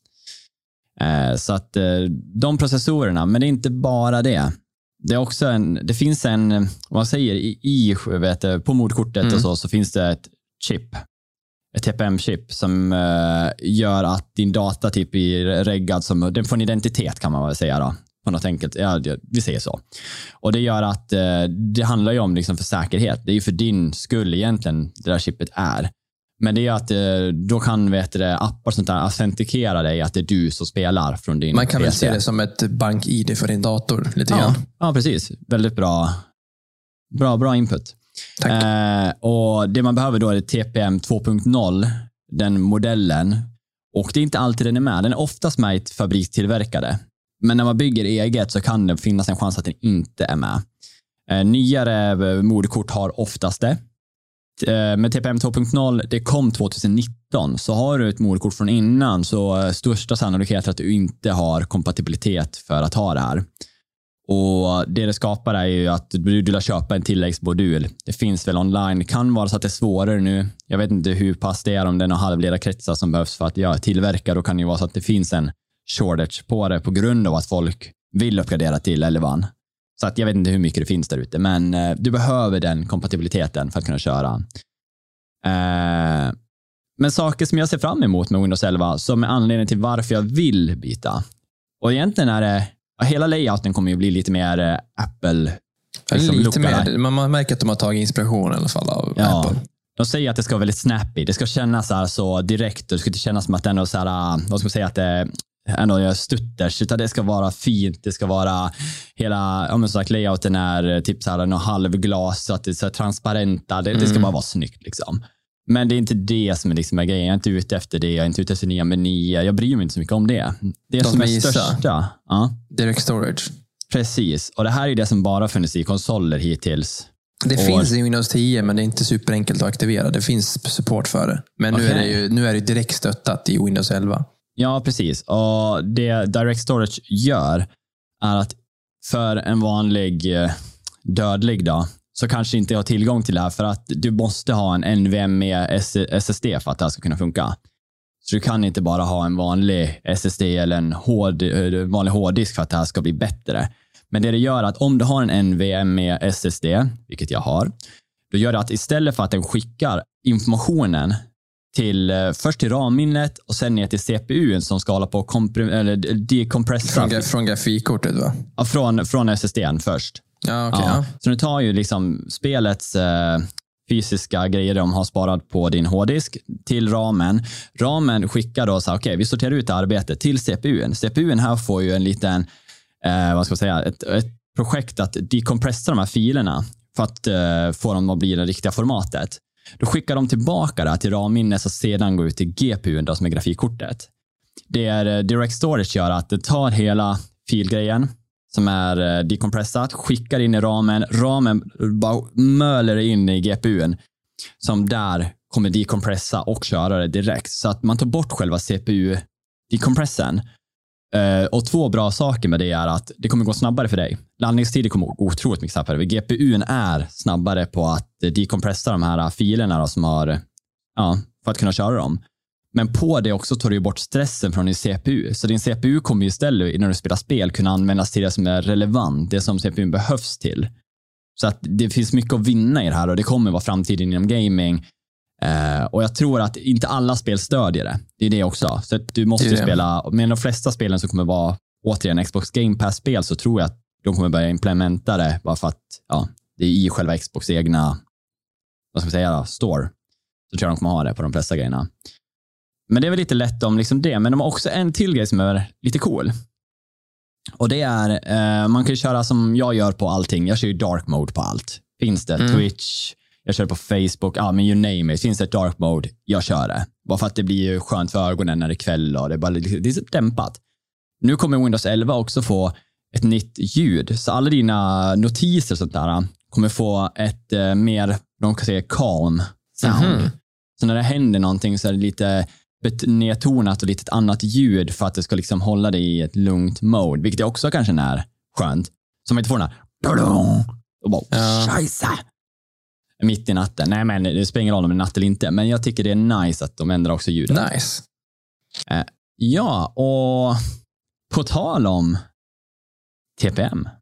Eh, så att eh, de processorerna, men det är inte bara det. Det är också en, det finns en, vad säger i, i vet du, på moderkortet mm. och så, så finns det ett chip. Ett T P M-chip som uh, gör att din data typ är reggad som, den får en identitet kan man väl säga då. på något enkelt. Ja, vi säger så. Och det gör att eh, det handlar ju om liksom för säkerhet. Det är ju för din skull egentligen det där chippet är. Men det är att eh, då kan vet det, appar sånt där autentikera dig att det är du som spelar från din Man kan P C. väl se det som ett bank-I D för din dator lite ja, grann. Ja, precis. Väldigt bra bra, bra input. Tack. Eh, och det man behöver då är T P M två punkt noll, den modellen. Och det är inte alltid den är med. Den är oftast med i ett fabrikstillverkade. Men när man bygger eget så kan det finnas en chans att den inte är med. Eh, nyare moderkort har oftast det. Eh, med T P M två punkt noll, det kom tjugonitton. Så har du ett moderkort från innan så är största sannolikhet att du inte har kompatibilitet för att ha det här. Och det det skapar är ju att du vill köpa en tilläggsmodul. Det finns väl online. Det kan vara så att det är svårare nu. Jag vet inte hur pass det är, om det är några halvledarkretsar som behövs för att jag tillverkar. Då kan det ju vara så att det finns en shortage på det på grund av att folk vill uppgradera till elvan. Så att jag vet inte hur mycket det finns där ute. Men eh, du behöver den kompatibiliteten för att kunna köra. Eh, men saker som jag ser fram emot med Windows elva som är anledningen till varför jag vill byta. Och egentligen är det hela layouten kommer ju bli lite mer eh, Apple. Liksom lite mer, man, man märker att de har tagit inspiration i alla fall av ja, Apple. De säger att det ska vara väldigt snappy. Det ska kännas så, här så direkt. Det ska inte kännas som att det är något så här, vad ska man säga, att det är något stutters. Utan det ska vara fint. Det ska vara hela, ja men som sagt, layouten är typ så här något halvglas så att det är så här transparenta. Det, mm. det ska bara vara snyggt liksom. Men det är inte det som är liksom är grejen. Jag är inte ute efter det. Jag är inte ute efter nya menyer. Jag bryr mig inte så mycket om det. Det är som är största. Ja. Direct storage. Precis. Och det här är det som bara funnits i konsoler hittills. Det och... finns i Windows tio, men det är inte superenkelt att aktivera. Det finns support för det. Men okay. nu, är det ju, nu är det direkt stöttat i Windows elva. Ja, precis. Och det Direct Storage gör är att för en vanlig dödlig då, så kanske inte har tillgång till det här för att du måste ha en N V M E S S D för att det här ska kunna funka. Så du kan inte bara ha en vanlig S S D eller en hård, vanlig hårddisk för att det här ska bli bättre. Men det det gör är att om du har en N V M E S S D, vilket jag har, då gör det att istället för att den skickar informationen till, först till RAM-minnet och sen ner till C P U som ska hålla på komprim- eller decompressa. Från, från grafikkortet va? Ja, från, från S S D:n först. Ja, okay, ja. Ja. Så nu tar ju liksom spelets eh, fysiska grejer de har sparat på din hårddisk till ramen. Ramen skickar då så här, okej, okay, vi sorterar ut arbetet till C P U:n. C P U:n här får ju en liten, eh, vad ska jag säga, ett, ett projekt att decompressa de här filerna för att eh, få dem att bli det riktiga formatet. Då skickar de tillbaka det till RAM-minnet och sedan går ut till G P U:n då, som är grafikkortet. Det är Direct Storage gör att det tar hela filgrejen som är decompressat, skickar in i ramen. Ramen bara möler in i G P U:n som där kommer decompressa och köra det direkt. Så att man tar bort själva C P U-decompressen. Och två bra saker med det är att det kommer gå snabbare för dig. Laddningstiden kommer gå otroligt mycket snabbare. G P U:n är snabbare på att decompressa de här filerna då, som har, ja, för att kunna köra dem. Men på det också tar du bort stressen från din C P U. Så din C P U kommer istället när du spelar spel kunna användas till det som är relevant. Det som C P U behövs till. Så att det finns mycket att vinna i det här. Och det kommer vara framtiden inom gaming. Eh, och jag tror att inte alla spel stödjer det. Det är det också. Så att du måste ju spela. Men de flesta spelen som kommer vara återigen Xbox Game Pass-spel, så tror jag att de kommer börja implementa det. Bara för att ja, det är i själva Xbox egna, vad ska man säga då, store. Så tror jag de kommer ha det på de flesta grejerna. Men det är väl lite lätt om liksom det. Men de har också en till grej som är lite cool. Och det är, eh, man kan ju köra som jag gör på allting. Jag kör ju dark mode på allt. Finns det mm. Twitch, jag kör på Facebook, ja ah, men you name it. Finns det ett dark mode, jag kör det. Bara för att det blir ju skönt för ögonen när det är kväll och det är bara det är så dämpat. Nu kommer Windows elva också få ett nytt ljud. Så alla dina notiser och sånt där kommer få ett eh, mer, de kan säga calm sound. Mm-hmm. Så när det händer någonting så är det lite nedtonat och lite ett annat ljud för att det ska liksom hålla dig i ett lugnt mode. Vilket också kanske är skönt. Som inte får den här och bara, scheisse. Mitt i natten. Nej men det spelar ingen roll om det är natt eller inte. Men jag tycker det är nice att de ändrar också ljudet. Nice. Eh, ja, och på tal om T P M.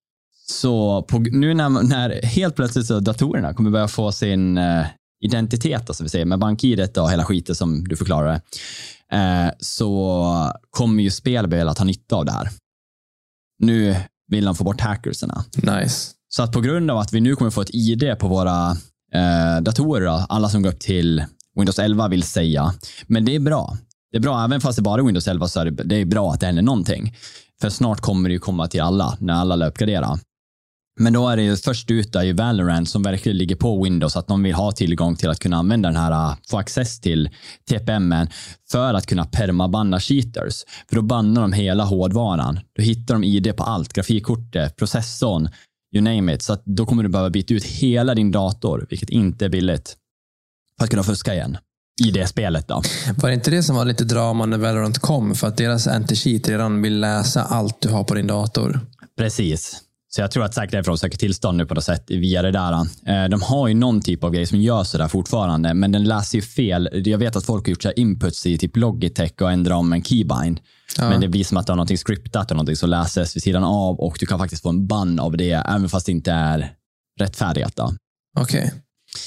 Så på, nu när, när helt plötsligt så datorerna kommer börja få sin eh, identitet, alltså vi säger, med bank-I D och hela skiten som du förklarade, eh, så kommer ju spel börja ta nytta av det här. nu vill de få bort hackersarna. Nice. Så att på grund av att vi nu kommer få ett I D på våra eh, datorer, då, alla som går upp till Windows elva vill säga, men det är bra. Det är bra, även fast det bara är Windows elva så är det, det är bra att det händer någonting. För snart kommer det ju komma till alla, när alla lär uppgradera. Men då är det ju först ut där i Valorant som verkligen ligger på Windows, att de vill ha tillgång till att kunna använda den här, få access till T P M-en för att kunna permabanna cheaters. För då bannar de hela hårdvaran. Då hittar de I D på allt, grafikkortet, processorn, you name it. Så att då kommer du behöva byta ut hela din dator, vilket inte är billigt, för att kunna fuska igen i det spelet då. Var det inte det som var lite drama när Valorant kom? För att deras anti-cheat redan vill läsa allt du har på din dator. Precis. Så jag tror att säkert därifrån söker tillstånd nu på något sätt via det där. De har ju någon typ av grej som gör så där fortfarande, men den läser ju fel. Jag vet att folk har gjort så här inputs i typ Logitech och ändrar om en keybind. Ja. Men det blir som att det har något scriptat och någonting som läses vid sidan av, och du kan faktiskt få en ban av det även fast det inte är rättfärdigt då. Okej. Okay.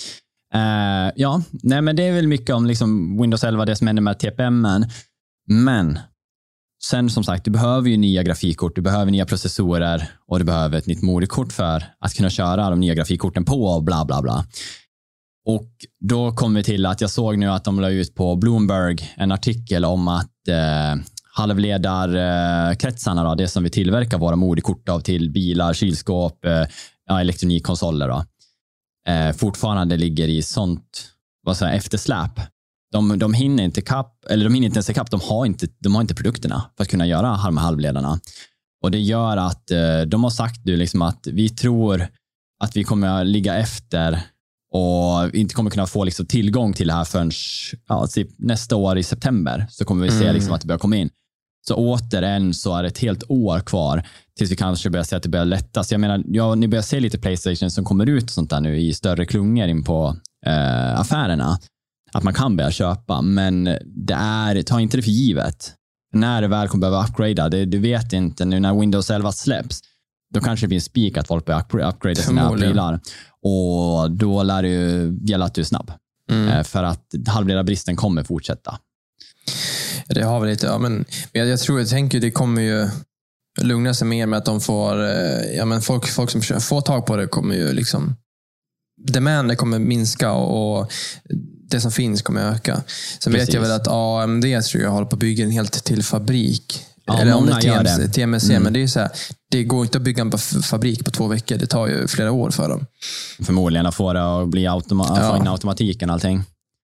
Uh, ja, nej men det är väl mycket om liksom Windows elva, det som händer med T P M-en. Men sen som sagt, du behöver ju nya grafikkort, du behöver nya processorer och du behöver ett nytt moderkort för att kunna köra de nya grafikkorten på och bla bla bla. Och då kommer vi till att jag såg nu att de la ut på Bloomberg en artikel om att eh, halvledarkretsarna, då, det som vi tillverkar våra moderkort av till bilar, kylskåp, eh, ja, elektronikkonsoler då, eh, fortfarande ligger i sånt, vad säger, eftersläp. De, de hinner inte kapp, eller de hinner inte ens i kapp, de har inte, de har inte produkterna för att kunna göra halv med halvledarna. Och det gör att eh, de har sagt nu liksom att vi tror att vi kommer att ligga efter och inte kommer kunna få liksom tillgång till det här förrän ja, typ nästa år i september, så kommer vi se mm. liksom att det börjar komma in. Så återigen så är det ett helt år kvar tills vi kanske börjar se att det börjar lättas. Jag menar, ja, ni börjar se lite PlayStation som kommer ut och sånt där nu i större klungor in på eh, affärerna. Att man kan börja köpa, men det är, ta inte det för givet. När det väl kommer behöva upgradea, det, du vet inte, nu när Windows elva släpps, då kanske det finns spik att folk börjar upgradea sina prylar. Och då lär det ju gälla att du är snabb. Mm. För att halvledarbristen kommer fortsätta. Det har vi lite, ja, men jag, jag tror, jag tänker det kommer ju lugna sig mer med att de får, ja men folk, folk som får tag på det kommer ju liksom, demanden kommer minska och det som finns kommer öka. Sen Precis. vet jag väl att A M D tror jag håller på att bygga en helt till fabrik. Ja, eller om det är T M C, T M C mm. men det är ju så här, det går inte att bygga en fabrik på två veckor. Det tar ju flera år för dem. Förmodligen att få det att bli automa- ja. få in automatiken och allting.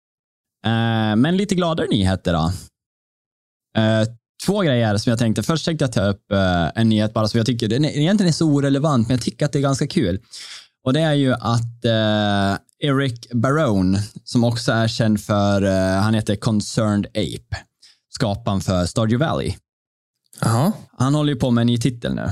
Uh, men lite gladare nyheter då. Uh, två grejer som jag tänkte. Först tänkte jag ta upp uh, en nyhet bara som jag tycker den är, egentligen är så orelevant, men jag tycker att det är ganska kul. Och det är ju att uh, Eric Barone, som också är känd för, uh, han heter Concerned Ape, skaparen för Stardew Valley. Aha. Han håller ju på med en ny titel nu.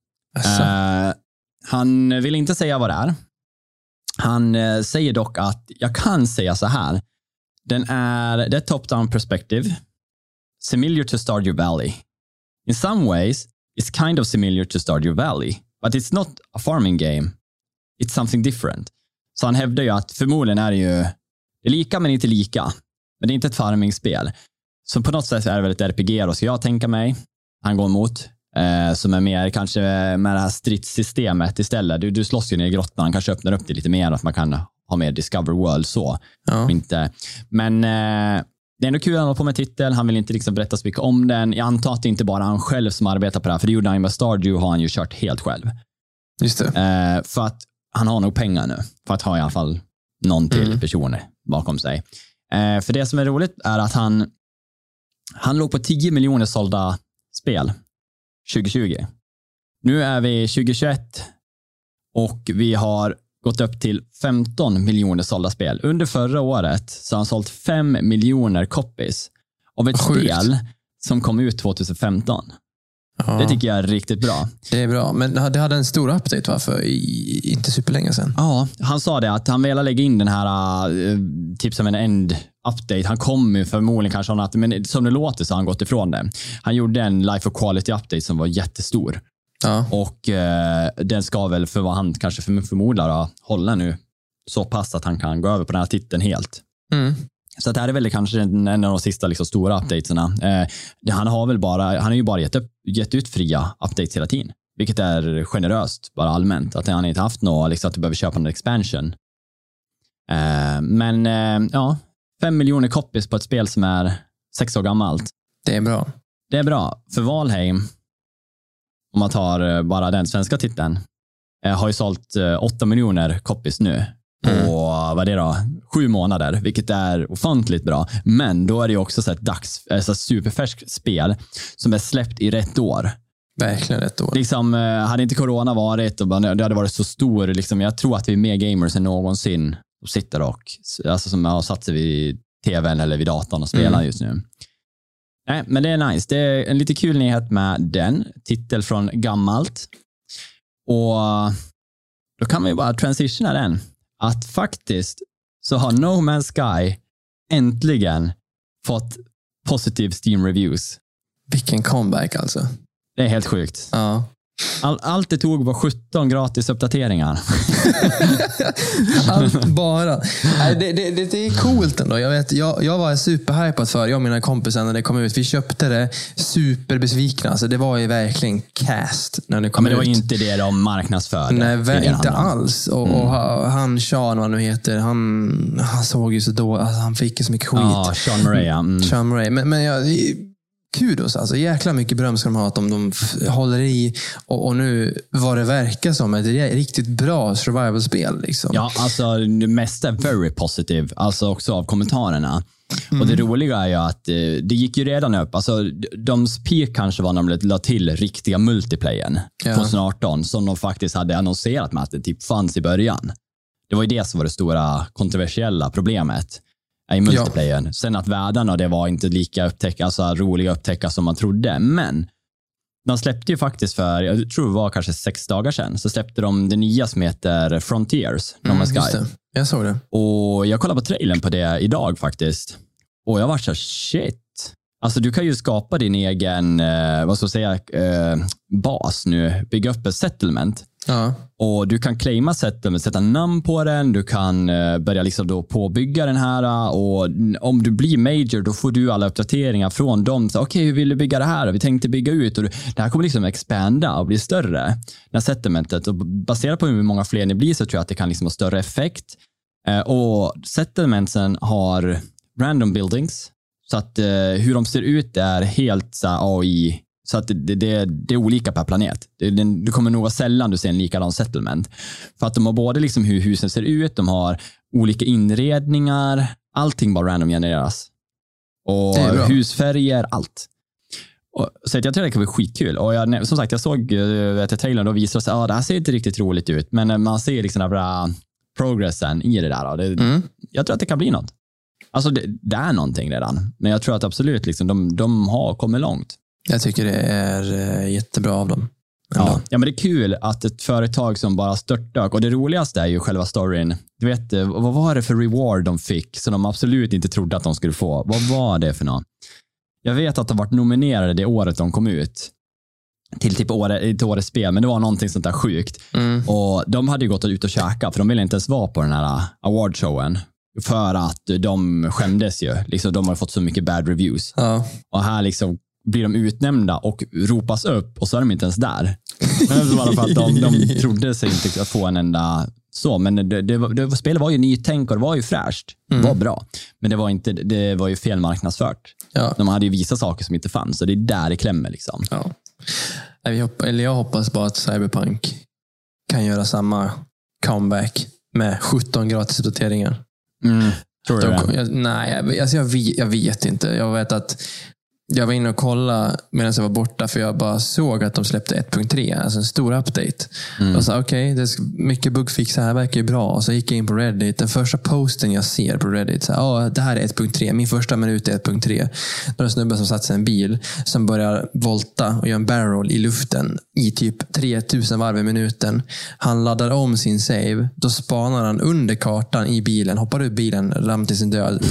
Uh, han vill inte säga vad det är. Han uh, säger dock att jag kan säga så här. Den är, det är top-down perspective. Similar to Stardew Valley. In some ways, it's kind of similar to Stardew Valley. But it's not a farming game. It's something different. Så han hävdar ju att förmodligen är det ju det är lika men inte lika. Men det är inte ett farming-spel. Så på något sätt är det väl ett R P G då, ska jag tänka mig. Han går emot. Eh, som är mer kanske med det här stridssystemet istället. Du, du slåss ju ner i grottan. Han kanske öppnar upp det lite mer. Att man kan ha mer Discover World så. Ja. Inte. Men eh, det är ändå kul att han håller på med titel. Han vill inte liksom berätta så mycket om den. Jag antar att det inte bara han själv som arbetar på det här. För det gjorde han med Stardew, har han ju kört helt själv. Just det. Eh, för att han har nog pengar nu. För att ha i alla fall någon till mm. personer bakom sig. Eh, för det som är roligt är att han han låg på tio miljoner sålda spel tjugo tjugo. Nu är vi tjugo tjugoett och vi har gått upp till femton miljoner sålda spel. Under förra året så har han sålt fem miljoner copies av ett Sjukt. spel som kom ut tjugohundrafemton. Ja. Det tycker jag är riktigt bra. Det är bra, men det hade en stor update va, för i, inte superlänge sedan. Ja, han sa det att han vill lägga in den här uh, typ som en end update. Han kommer förmodligen kanske annat, men som det låter så har han gått ifrån det. Han gjorde en life of quality update som var jättestor. Ja. Och uh, den ska väl för vad han kanske för, förmodar hålla nu så pass att han kan gå över på den här titeln helt. Mm. Så att det här är väl kanske en av de sista liksom, stora updatesarna. Eh, han har väl bara, han har ju bara gett, upp, gett ut fria updates hela tiden. Vilket är generöst, bara allmänt. Att han inte haft något, liksom, att du behöver köpa en expansion. Eh, men eh, ja, fem miljoner copies på ett spel som är sex år gammalt. Det är bra. Det är bra. För Valheim, om man tar bara den svenska titeln, eh, har ju sålt eh, åtta miljoner copies nu. Mm. Och vad är det då? Sju månader, vilket är ofantligt bra. Men då är det ju också så ett dags, alltså superfärskt spel som är släppt i rätt år. Verkligen rätt år. Liksom, hade inte corona varit och det hade varit så stor, liksom, jag tror att vi är mer gamers än någonsin och sitter och alltså, som har satt sig vid tvn eller vid datorn och spelar mm. just nu. Nej, men det är nice. Det är en lite kul nyhet med den. Titel från gammalt. Och då kan man ju bara transitiona den. Att faktiskt så har No Man's Sky äntligen fått positive Steam reviews. Vilken comeback alltså. Det är helt sjukt. Ja. All, allt det tog var sjutton gratis uppdateringar. Allt bara. Nej, det, det, det, det är coolt ändå. Jag, vet, jag, jag var superhypad för jag och mina kompisar när det kom ut. Vi köpte det superbesvikna. Alltså, det var ju verkligen cast när det kom ja, men det ut. var inte det de marknadsförde. Nej, väl, inte alls. Och, mm. och han, Sean, vad nu heter, han, han såg ju så då, alltså, han fick ju så mycket skit. Ja, Sean Murray. Ja. Mm. Sean Murray. Men, men jag... kudos, alltså jäkla mycket beröm ska de ha att de, de håller i och, och nu vad det verkar som ett riktigt bra survival-spel liksom. Ja, alltså det mesta är very positive, alltså också av kommentarerna. Mm. Och det roliga är ju att det gick ju redan upp, alltså de peak kanske var när de la till riktiga multiplayern ja. tjugoarton som de faktiskt hade annonserat med att det typ fanns i början. Det var ju det som var det stora kontroversiella problemet i multiplayern. Ja. Sen att världarna det var inte lika upptäcka, alltså roliga upptäcka som man trodde. Men de släppte ju faktiskt för, jag tror det var kanske sex dagar sedan, så släppte de det nya som heter Frontiers. Mm, just det. Jag såg det. Och jag kollade på trailern på det idag faktiskt. Och jag var så shit. Alltså du kan ju skapa din egen, eh, vad ska jag säga, eh, bas nu. Bygga upp ett settlement. Ja. Och du kan claima settlement, sätta namn på den. Du kan eh, börja liksom då påbygga den här. Och om du blir major då får du alla uppdateringar från dem. Okej, okay, hur vill du bygga det här? Vi tänkte bygga ut. Och du, det här kommer liksom expanda och bli större. När settlementet. Och baserat på hur många fler ni blir så tror jag att det kan liksom ha större effekt. Eh, och settlementsen har random buildings. Så att eh, hur de ser ut är helt så här, A I. Så att det, det, det är olika per planet. Det, det, du kommer nog vara sällan du ser en likadan settlement. För att de har både liksom hur husen ser ut. De har olika inredningar. Allting bara random genereras. Och husfärger, allt. Och, så att jag tror det kan bli skitkul. Och jag, som sagt, jag såg vet, trailern och visade sig att ah, det här ser inte riktigt roligt ut. Men man ser liksom den bra progressen i det där. Det, mm. Jag tror att det kan bli något. Alltså det, det är någonting redan. Men jag tror att absolut liksom, de, de har kommit långt. Jag tycker det är jättebra av dem. Ja. ja, men det är kul att ett företag som bara störtdök. Och det roligaste är ju själva storyn. Du vet, vad var det för reward de fick som de absolut inte trodde att de skulle få? Vad var det för något? Jag vet att de varit nominerade det året de kom ut. Till typ året, till årets spel. Men det var någonting sånt där sjukt. Mm. Och de hade ju gått ut och käka. För de ville inte ens vara på den här awardshowen. För att de skämdes ju. Liksom, de har fått så mycket bad reviews. Ja. Och här liksom blir de utnämnda och ropas upp. Och så är de inte ens där. Men bara för att de, de trodde sig inte att få en enda så. Men det, det, det, spelet var ju nytänk och det var ju fräscht. Mm. Det var bra. Men det var, inte, det var ju fel marknadsfört. Ja. De hade ju visat saker som inte fanns. Så det är där det klämmer liksom. Ja. Jag hoppas, eller jag hoppas bara att Cyberpunk kan göra samma comeback med sjutton gratis uppdateringar. Mm, tror du De, det? jag, nej, jag, alltså jag, vet, jag vet inte. Jag vet att jag var inne och kollade medan jag var borta för jag bara såg att de släppte ett punkt tre, alltså en stor update. Mm. Och så okej, okay, det är mycket bugfix här, verkar ju bra. Och så gick jag in på Reddit. Den första posten jag ser på Reddit, så här, oh, det här är ett punkt tre. Min första minut är ett punkt tre. Det är en snubbe som satt sig i en bil som börjar volta och gör en barrel i luften i typ tre tusen varv i minuten. Han laddar om sin save. Då spanar han under kartan i bilen, hoppar ut bilen, ramlar till sin död.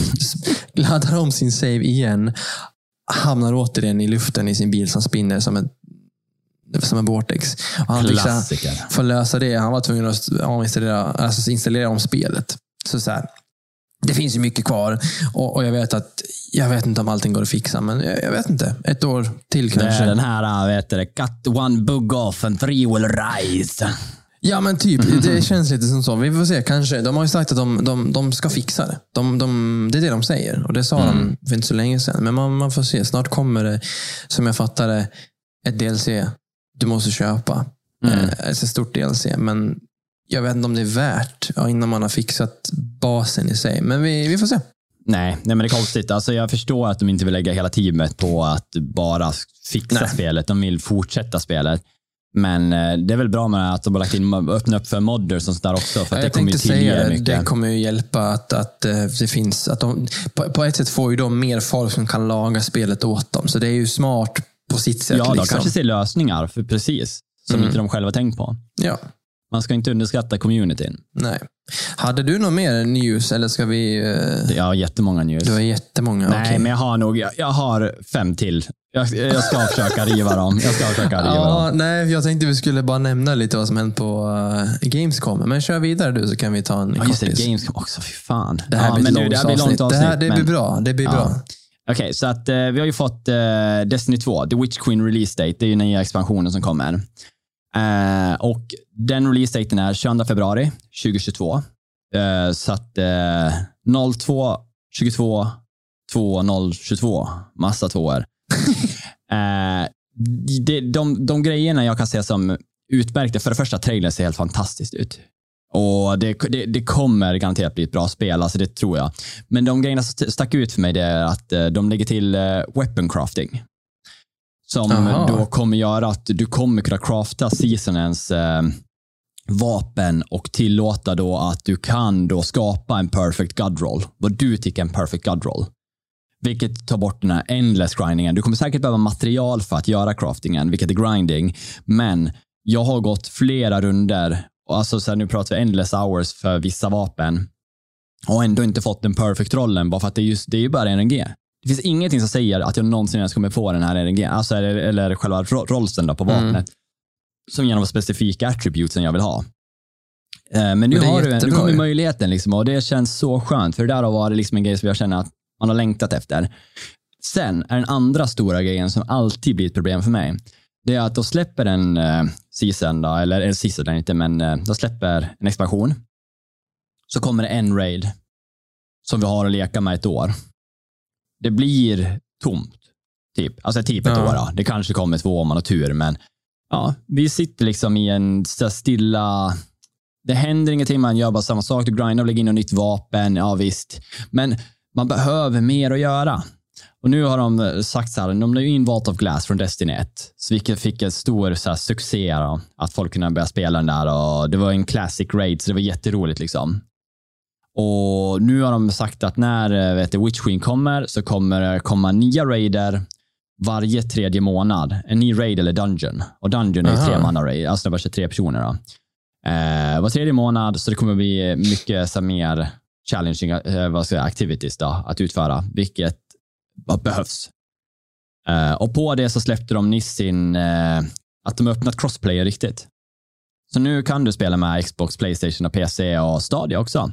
Laddar om sin save igen. Hamnar återigen i luften i sin bil som spinner som en som en vortex. Och han Klassiker. Liksom, för att lösa det, han var tvungen att installera, alltså installera om spelet. Så så här, det finns ju mycket kvar. Och, och jag vet att jag vet inte om allting går att fixa, men jag, jag vet inte. Ett år till kanske. Det är den här, vet du, cut one bug off and three will rise. Ja, men typ, det känns lite som så. Vi får se, kanske. De har ju sagt att de, de, de ska fixa det. De, de, det är det de säger. Och det sa mm. de för inte så länge sedan. Men man, man får se. Snart kommer det, som jag fattar det, ett D L C du måste köpa. Mm. Eh, ett stort D L C. Men jag vet inte om det är värt ja, innan man har fixat basen i sig. Men vi, vi får se. Nej, nej, men det är konstigt. Alltså, jag förstår att de inte vill lägga hela teamet på att bara fixa nej. spelet. De vill fortsätta spelet. Men det är väl bra med att de har lagt in öppna upp för modder som där också, för att jag det kommer ju säga det, det kommer ju hjälpa att, att det finns att de, på, på ett sätt får ju de mer folk som kan laga spelet åt dem, så det är ju smart på sitt sätt. Ja, de liksom. kanske ser lösningar för precis som mm. inte de själva tänkt på. Ja. Man ska inte underskatta communityn. Nej. Hade du något mer news eller ska vi... Uh... Jag har jättemånga news. Du har jättemånga, Nej, okay. men jag har nog jag, jag har fem till. Jag, jag ska försöka riva dem. Jag ska försöka riva ja, dem. Nej, jag tänkte vi skulle bara nämna lite vad som hänt på uh, Gamescom. Men kör vidare du så kan vi ta en ja, just det, Gamescom också, fy fan. Det här ja, blir men ett nu, det här blir långt långt avsnitt. Det, här, det men... blir bra. Det blir ja. bra. Okej, okay, så att uh, vi har ju fått uh, Destiny två, The Witch Queen release date. Det är ju den nya expansionen som kommer. Uh, och den release daten är tjugoandra februari tjugohundratjugotvå. Uh, så att uh, noll två tjugotvå två noll tjugotvå. Massa tvåor. uh, de, de, de grejerna jag kan säga som utmärkte, för det första, trailern ser helt fantastiskt ut. Och det, det, det kommer garanterat bli ett bra spel, alltså det tror jag. Men de grejerna som stack ut för mig, det är att uh, de lägger till uh, weapon crafting. Som Aha. då kommer göra att du kommer kunna crafta seasonens eh, vapen och tillåta då att du kan då skapa en perfect god roll. Vad du tycker är en perfect god roll. Vilket tar bort den här endless grindingen. Du kommer säkert behöva material för att göra craftingen, vilket är grinding. Men jag har gått flera runder, alltså så här, nu pratar vi endless hours för vissa vapen, och ändå inte fått den perfect rollen, bara för att det är, just, det är ju bara R N G. Det finns ingenting som säger att jag någonsin ens kommer få den här R N G, alltså, eller, eller själva rollsen då på vapnet, mm. som genom specifika attributes som jag vill ha. Eh, men nu, men har du, nu kommer möjligheten liksom, och det känns så skönt, för det där har varit liksom en grej som jag känner att man har längtat efter. Sen är den andra stora grejen som alltid blir ett problem för mig, det är att då släpper en eh, season då, eller, eller season inte, men eh, då släpper en expansion, så kommer det en raid som vi har att leka med ett år. Det blir tomt. Typ. Alltså typ ett ja. år. Då. Det kanske kommer två om man har tur. Men ja, vi sitter liksom i en stilla... Det händer ingenting. Man gör bara samma sak. Du grindar och lägger in något nytt vapen. Ja visst. Men man behöver mer att göra. Och nu har de sagt så här. De la ju in Vault of Glass från Destiny ett. Så vilket fick en stor så här, succé. Då, att folk kunde börja spela den där. Och det var en classic raid. Så det var jätteroligt liksom. Och nu har de sagt att när vet du, Witch Queen kommer, så kommer det komma nya raider varje tredje månad. En ny raid eller dungeon. Och dungeon är ju tre manna raid. Alltså det var tjugotre personer då. Eh, var tredje månad, så det kommer bli mycket så mer challenging eh, vad ska jag, activities då, att utföra. Vilket vad behövs. Eh, och på det så släppte de nyss sin eh, att de öppnat crossplay riktigt. Så nu kan du spela med Xbox, PlayStation och P C och Stadia också.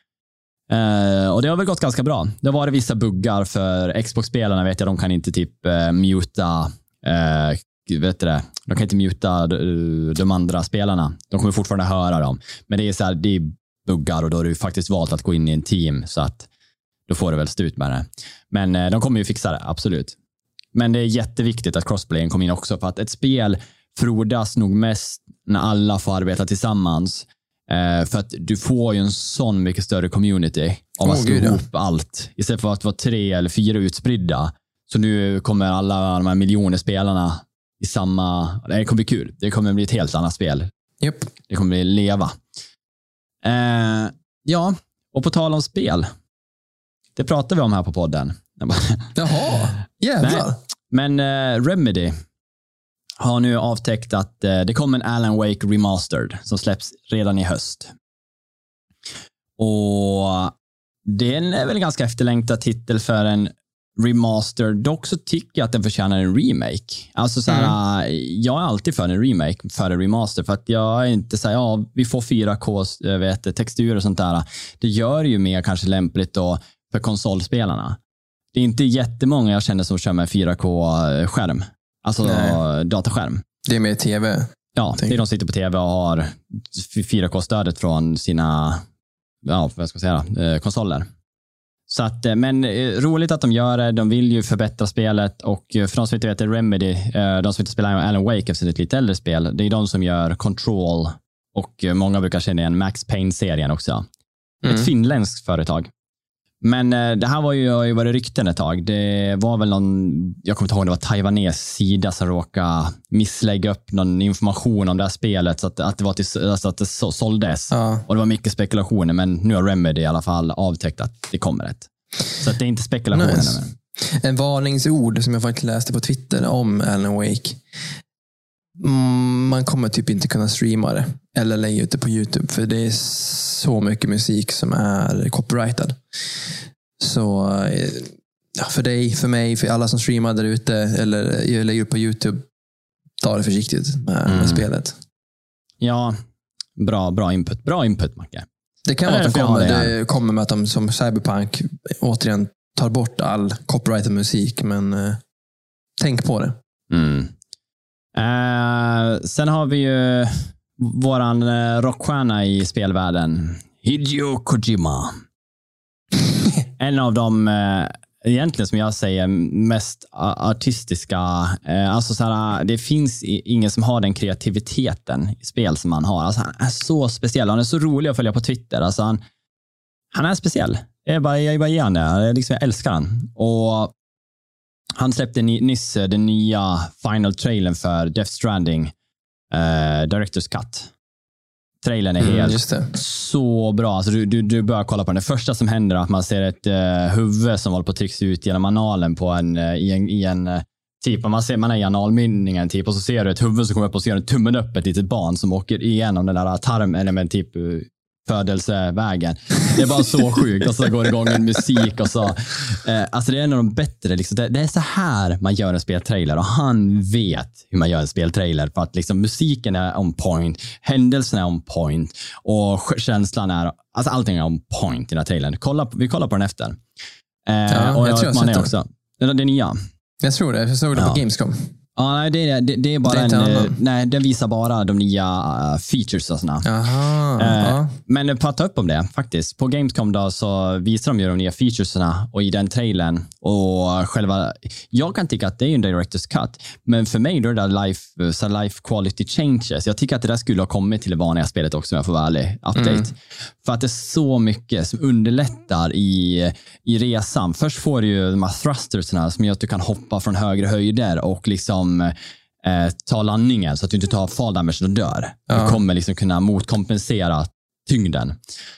Uh, och det har väl gått ganska bra. Det har varit vissa buggar för Xbox-spelarna, vet jag, de kan inte typ uh, muta uh, vet du det, de kan inte muta de, de andra spelarna. De kommer fortfarande höra dem. Men det är så här, det är buggar, och då har du faktiskt valt att gå in i en team, så att då får du väl stå ut med det. Men uh, de kommer ju fixa det, absolut. Men det är jätteviktigt att crossplayen kommer in också, för att ett spel frodas nog mest när alla får arbeta tillsammans. Uh, för att du får ju en sån mycket större community av att oh, slå ihop ja. allt. Istället för att vara tre eller fyra utspridda. Så nu kommer alla de här miljoner spelarna i samma... Det kommer bli kul. Det kommer bli ett helt annat spel. Yep. Det kommer bli leva. Uh, ja, och på tal om spel. Det pratar vi om här på podden. Jaha, jävlar. Men uh, Remedy har nu avtäckt att eh, det kommer en Alan Wake Remastered som släpps redan i höst. Och det är väl en ganska efterlängtad titel för en remaster. Dock så tycker jag att den förtjänar en remake. Alltså så här, mm. jag är alltid för en remake för en remaster, för att jag är inte så här, ja, vi får fyra K vet, texturer och sånt där. Det gör ju mer kanske lämpligt då för konsolspelarna. Det är inte jättemånga jag känner som kör med fyra K-skärm. Alltså Nej. dataskärm. Det är med tv. Ja, det är de som sitter på tv och har fyra K-stödet från sina ja, vad ska jag säga, konsoler. Så att, men roligt att de gör det. De vill ju förbättra spelet, och för de som inte vet det, Remedy, de som inte spelar Alan Wake efter ett lite äldre spel, det är de som gör Control, och många brukar känna igen Max Payne-serien också. Mm. Ett finländskt företag. Men det här var ju, har ju varit rykten ett tag. Det var väl någon, jag kommer inte ihåg om det var Taiwanes sida som råkade misslägga upp någon information om det här spelet, så att, att det var till, alltså att det såldes. Ja. Och det var mycket spekulationer, men nu har Remedy i alla fall avtäckt att det kommer ett. Så att det är inte spekulationer. Nice. En varningsord som jag faktiskt läste på Twitter om Alan Wake. Mm, man kommer typ inte kunna streama det eller lägga ut det på YouTube, för det är så mycket musik som är copyrightad. Så ja, för dig, för mig, för alla som streamar där ute eller lägger upp på YouTube, ta det försiktigt med, mm. med spelet. Ja, bra, bra input. Bra input, Macke. Det kan vara att de kommer, det, det kommer med att de som Cyberpunk återigen tar bort all copyrightad musik, men eh, tänk på det. Mm. Eh, sen har vi ju våran eh, rockstjärna i spelvärlden, Hideo Kojima. En av de eh, egentligen, som jag säger, mest artistiska, eh, alltså så här, det finns ingen som har den kreativiteten i spel som han har. Alltså, han är så speciell, han är så rolig att följa på Twitter. Alltså, han, han är speciell. Jag är bara, jag är bara igen det. Liksom, jag älskar han. Och han släppte nyss den nya final trailern för Death Stranding, eh, Director's Cut. Trailern är mm, helt så bra. Alltså du, du, du börjar kolla på den. Det första som händer är att man ser ett uh, huvud som håller på att tryckas ut genom analen på en, uh, i en, i en uh, typ. Man, ser, man är i analmynningen typ, och så ser du ett huvud som kommer upp och ser en tummen upp, ett litet barn som åker igenom den där tarm, eller med typ uh, födelsevägen. Det är bara så sjukt. Och så går det igång en musik och så. Eh, alltså det är en av de bättre. Liksom. Det, det är så här man gör en speltrailer, och han vet hur man gör en speltrailer, för att liksom, musiken är on point, händelserna är on point, och känslan är, alltså allting är on point i den här trailern. Kolla, vi kollar på den efter. Eh, ja, och jag, jag tror jag man är också. Det, det är nya. Jag tror det. Jag såg det ja. på Gamescom. Ja, nej, det är, det, det är bara det är en, nej, den visar bara de nya uh, features och såna. Aha, uh, ja. Men prata upp om det faktiskt. På Gamescom då så visar de ju de nya featuresna, och i den trailern och själva, jag kan tycka att det är en director's cut, men för mig då är det life, så life quality changes. Jag tycker att det där skulle ha kommit till det vanliga spelet också, om jag får vara ärlig. Update. Mm. För att det är så mycket som underlättar i, i resan. Först får du ju de här thrustersna som gör att du kan hoppa från högre höjder och liksom Eh, ta landningen så att du inte tar fall damage och dör. Ja. Du kommer liksom kunna motkompensera tyngden.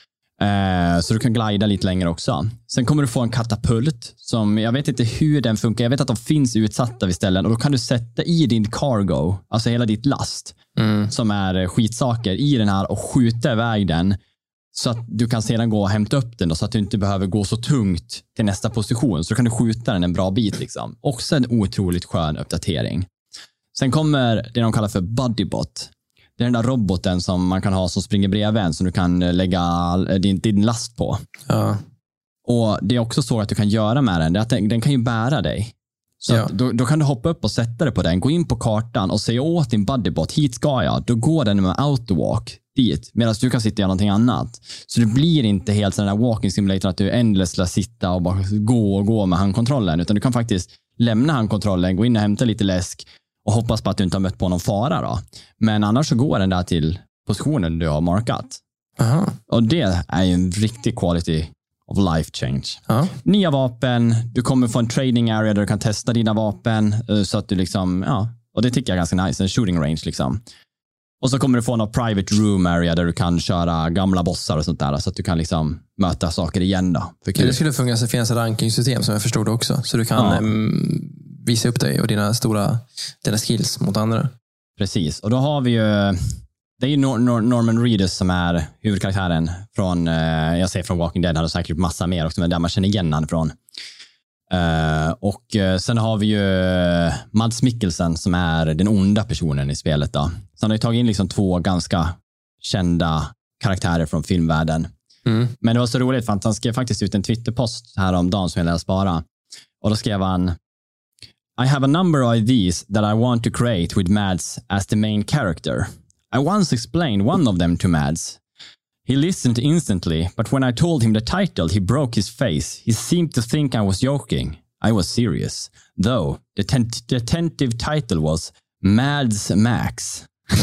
Eh, så du kan glida lite längre också. Sen kommer du få en katapult som, jag vet inte hur den funkar. Jag vet att de finns utsatta vid ställen, och då kan du sätta i din cargo, alltså hela ditt last, mm. som är skitsaker, i den här och skjuta iväg den, så att du kan sedan gå och hämta upp den då, så att du inte behöver gå så tungt till nästa position. Så då kan du skjuta den en bra bit. Liksom. Också en otroligt skön uppdatering. Sen kommer det de kallar för Buddybot. Det är den där roboten som man kan ha som springer bredvid en, som du kan lägga din, din last på. Ja. Och det är också så att du kan göra med den, det är att den, den kan ju bära dig. Så ja. då, då kan du hoppa upp och sätta dig på den, gå in på kartan och säga åt din Buddybot, hit ska jag. Då går den med autowalk dit, medan du kan sitta och göra någonting annat. Så det blir inte helt sån där walking simulator att du endless ska sitta och bara gå och gå med handkontrollen, utan du kan faktiskt lämna handkontrollen, gå in och hämta lite läsk och hoppas på att du inte har mött på någon fara då. Men annars så går den där till positionen du har markat. Aha. Och det är ju en riktig quality of life change. Ja. Nya vapen, du kommer få en trading area där du kan testa dina vapen, så att du liksom, ja, och det tycker jag är ganska nice, en shooting range liksom. Och så kommer du få någon private room area där du kan köra gamla bossar och sånt där, så att du kan liksom möta saker igen då. För det skulle funka så finns ett rankingsystem som jag förstod det också, så du kan ja. um, visa upp dig och dina stora dina skills mot andra. Precis, och då har vi ju, det är ju Nor- Nor- Norman Reedus som är huvudkaraktären från, eh, jag säger från Walking Dead, han har säkert massa mer också, men där man känner igen han från. Uh, och uh, sen har vi ju Mads Mikkelsen som är den onda personen i spelet då. Så han har ju tagit in liksom två ganska kända karaktärer från filmvärlden. Mm. Men det var så roligt för att han skrev faktiskt ut en Twitterpost här om dagen som jag lärde spara. Och då skrev han: I have a number of ideas that I want to create with Mads as the main character. I once explained one of them to Mads. He listened instantly, but when I told him the title, he broke his face. He seemed to think I was joking. I was serious. Though, the, tent- the tentative title was Mads Max.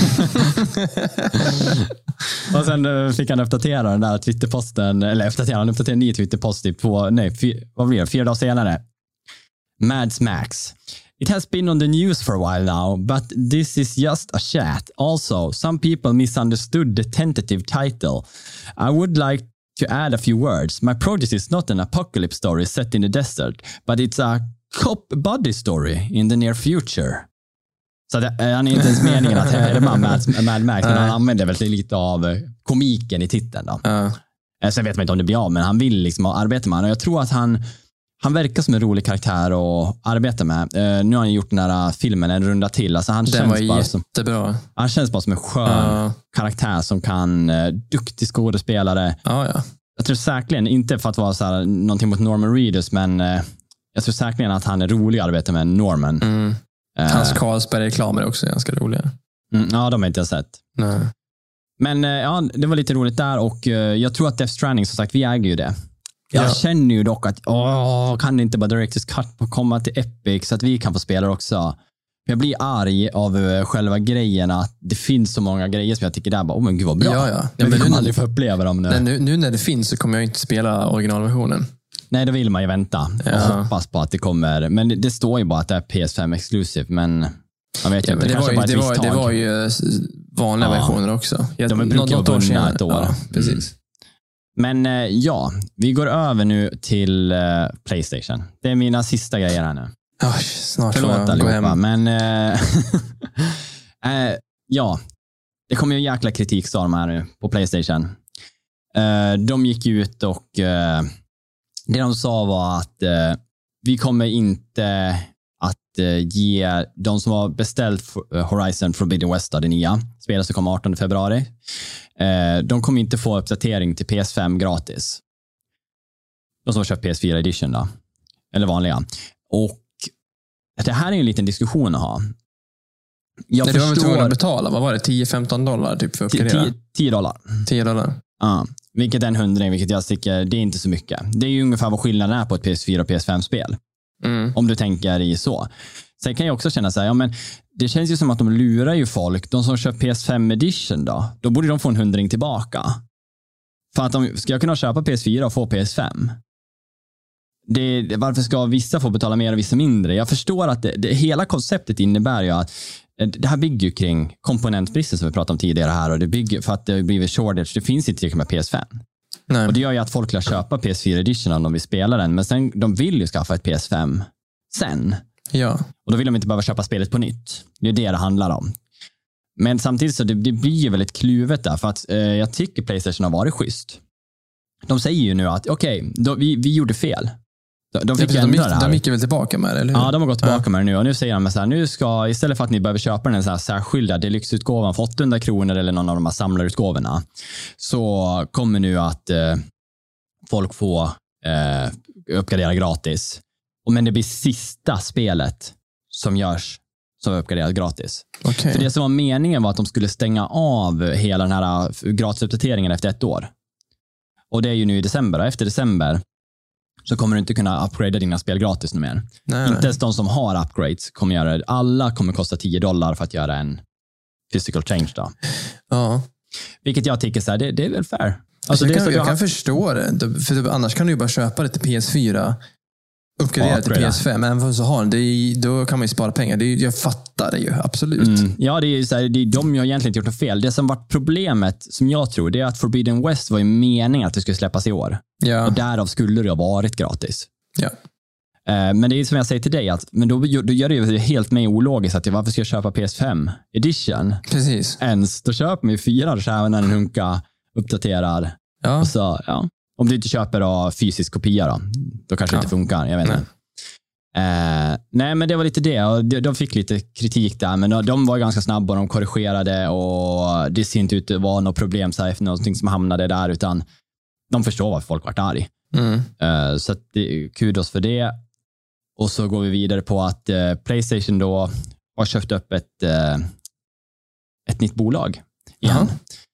Och sen fick han uppdatera den där Twitterposten, eller uppdatera, han uppdaterade en ny Twitterpost typ på, nej, fyr, vad blir det, fyra dagar senare. Mads Max. It has been on the news for a while now, but this is just a chat. Also, some people misunderstood the tentative title. I would like to add a few words. My project is not an apocalypse story set in the desert, but it's a cop buddy story in the near future. Så det, han är inte ens meningen att det var Mad, Mad Max, men han använder väl lite av komiken i titeln då. Uh. Sen vet man inte om det blir av, men han vill liksom arbeta med han. Och jag tror att han Han verkar som en rolig karaktär att arbeta med. Uh, nu har han gjort den här filmen en runda till. Alltså han den känns var bara jättebra. Som, han känns bara som en skön uh. karaktär som kan, uh, duktig skådespelare. Uh, ja. Jag tror säkerligen, inte för att vara så här, någonting mot Norman Reedus, men uh, jag tror säkerligen att han är rolig att arbeta med Norman. Mm. Uh, Hans Carlsberg-reklamer är också ganska roliga. Mm, ja, de har inte jag sett. Nej. Men uh, ja, det var lite roligt där och uh, jag tror att Death Stranding, som sagt, vi äger ju det. Jag ja. känner ju dock att åh, kan det inte bara Director's Cut komma till Epic så att vi kan få spela också. Jag blir arg av själva grejen att det finns så många grejer som jag tycker där bara, åh men gud vad bra. Ja, ja. Ja, men vi kommer nu, aldrig få uppleva dem nu. nu. Nu när det finns så kommer jag inte spela originalversionen. Nej, då vill man ju vänta och ja. hoppas på att det kommer. Men det, det står ju bara att det är P S fem exclusive, men man vet ju ja, inte. Det, det, var ju, bara det, var, det var ju vanliga ja. versioner också. Jag, De brukar vara bundna ett år. Ja, precis. Mm. Men eh, ja, vi går över nu till eh, PlayStation. Det är mina sista grejer här nu. Oh, snart Förlåt får jag allihopa, gå hem. Men eh, eh, ja, det kommer ju en jäkla kritikstorm här nu på PlayStation. Eh, de gick ut och eh, det de sa var att eh, vi kommer inte att eh, ge de som har beställt Horizon Forbidden West, det nya spelet som kommer artonde februari. Eh, de kommer inte få uppdatering till P S fem gratis. De som har köpt P S fyra edition då. Eller vanliga. Och det här är ju en liten diskussion att ha. Jag Nej, förstår... Du var tvungen att betala, vad var det? tio femton dollar typ för att uppgradera? tio dollar. tio dollar. Ja, vilket är en hundring, vilket jag tycker det är inte så mycket. Det är ju ungefär vad skillnaden är på ett P S fyra och P S fem-spel. Mm. Om du tänker i så. Sen kan jag också känna så här, ja men det känns ju som att de lurar ju folk. De som köper P S fem edition då, då borde de få en hundring tillbaka. För att de, ska jag kunna köpa P S fyra och få P S fem? Det, det, varför ska vissa få betala mer och vissa mindre? Jag förstår att det, det, hela konceptet innebär ju att det här bygger kring komponentbristen som vi pratade om tidigare här, och det bygger för att det blivit shortage. Det finns inte tillräckligt med P S fem. Nej. Och det gör ju att folk vill köpa P S fyra edition om de vill spela den, men sen de vill ju skaffa ett P S fem sen. Ja. Och då vill de inte behöva köpa spelet på nytt. Det är det det handlar om. Men samtidigt så det, det blir ju väldigt kluvet där, för att eh, jag tycker PlayStation har varit schysst. De säger ju nu att okej, okay, vi, vi gjorde fel. De fick de, ändra gick, det här. De gick väl tillbaka med det, eller hur? Ja, de har gått tillbaka ja. med det nu. Och nu säger de så här, nu ska, istället för att ni behöver köpa den så här särskilda deluxe-utgåvan för åttahundra kronor eller någon av de här samlarutgåvorna, så kommer nu att eh, folk få eh, uppgradera gratis. Och men det blir sista spelet som görs som är uppgraderat gratis. Okay. För det som var meningen var att de skulle stänga av hela den här gratisuppdateringen efter ett år. Och det är ju nu i december. Och efter december så kommer du inte kunna upgradea dina spel gratis nu mer. Nej, inte ens de som har upgrades kommer göra det. Alla kommer kosta tio dollar för att göra en physical change då. Ja. Vilket jag tycker så här, det, det är väl fair. Alltså, alltså det jag är kan, så jag har... kan förstå det. För annars kan du ju bara köpa det till P S fyra. Uppgradera ja, till P S fem. Även för så har det är, då kan man ju spara pengar. Det är, jag fattar det ju, absolut. Mm. Ja, det är så här, det är, de har egentligen inte gjort något fel. Det som var problemet, som jag tror, det är att Forbidden West var ju meningen att det skulle släppas i år. Ja. Och därav skulle det ha varit gratis. Ja. Uh, men det är som jag säger till dig, att, men då, då gör det ju helt mig ologiskt att jag, varför ska jag köpa P S fem edition? Precis. Ens, då köper man ju fyra så här när den hunka uppdaterar. Ja. Och så, ja. Om du inte köper då fysisk kopia då, då kanske ja. det inte funkar, jag vet inte. Eh, nej, men det var lite det. Och de, de fick lite kritik där, men de, de var ganska snabba och de korrigerade och det ser inte ut att vara något problem så här, för någonting som hamnade där, utan de förstår varför folk varit arg. Mm. Eh, så att det, kudos för det. Och så går vi vidare på att eh, PlayStation då har köpt upp ett, eh, ett nytt bolag igen.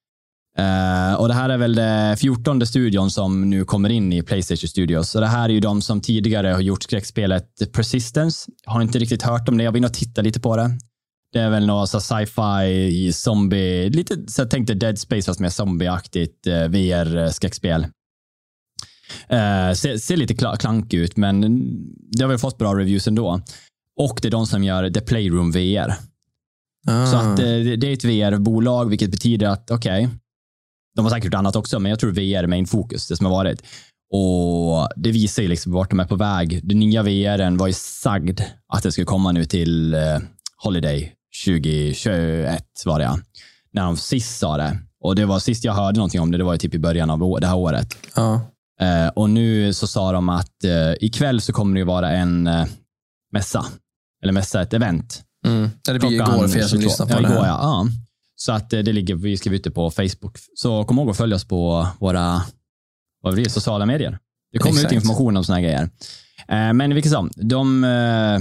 Uh, och det här är väl det fjortonde studion som nu kommer in i PlayStation Studios. Så det här är ju de som tidigare har gjort skräckspelet Persistence. Jag har inte riktigt hört om det. Jag vill nog titta lite på det. Det är väl något så sci-fi, zombie, lite så jag tänkte Dead Space fast mer zombieaktigt uh, V R-skräckspel. Uh, ser, ser lite kl- klank ut, men det har väl fått bra reviews ändå. Och det är de som gör The Playroom V R. Ah. Så att uh, det är ett V R-bolag, vilket betyder att okej, okay, de har säkert gjort annat också, men jag tror V R är main fokus, det som har varit. Och det visar ju liksom vart de är på väg. Den nya V R:en var ju sagd att det skulle komma nu till uh, Holiday tjugohundratjugoett var det, ja. När de sist sa det. Och det var sist jag hörde någonting om det, det var ju typ i början av det här året. Ja. Uh, och nu så sa de att uh, ikväll så kommer det ju vara en uh, mässa. Eller mässa, ett event. Mm. Det blir igår för er som lyssnar på ja, det här. Igår, ja. Ja. Så att det ligger, vi skriver ut det på Facebook. Så kom ihåg att följa oss på våra vad blir det, sociala medier. Det kommer Exakt. ut information om såna här grejer. Eh, men vilket som, de, eh,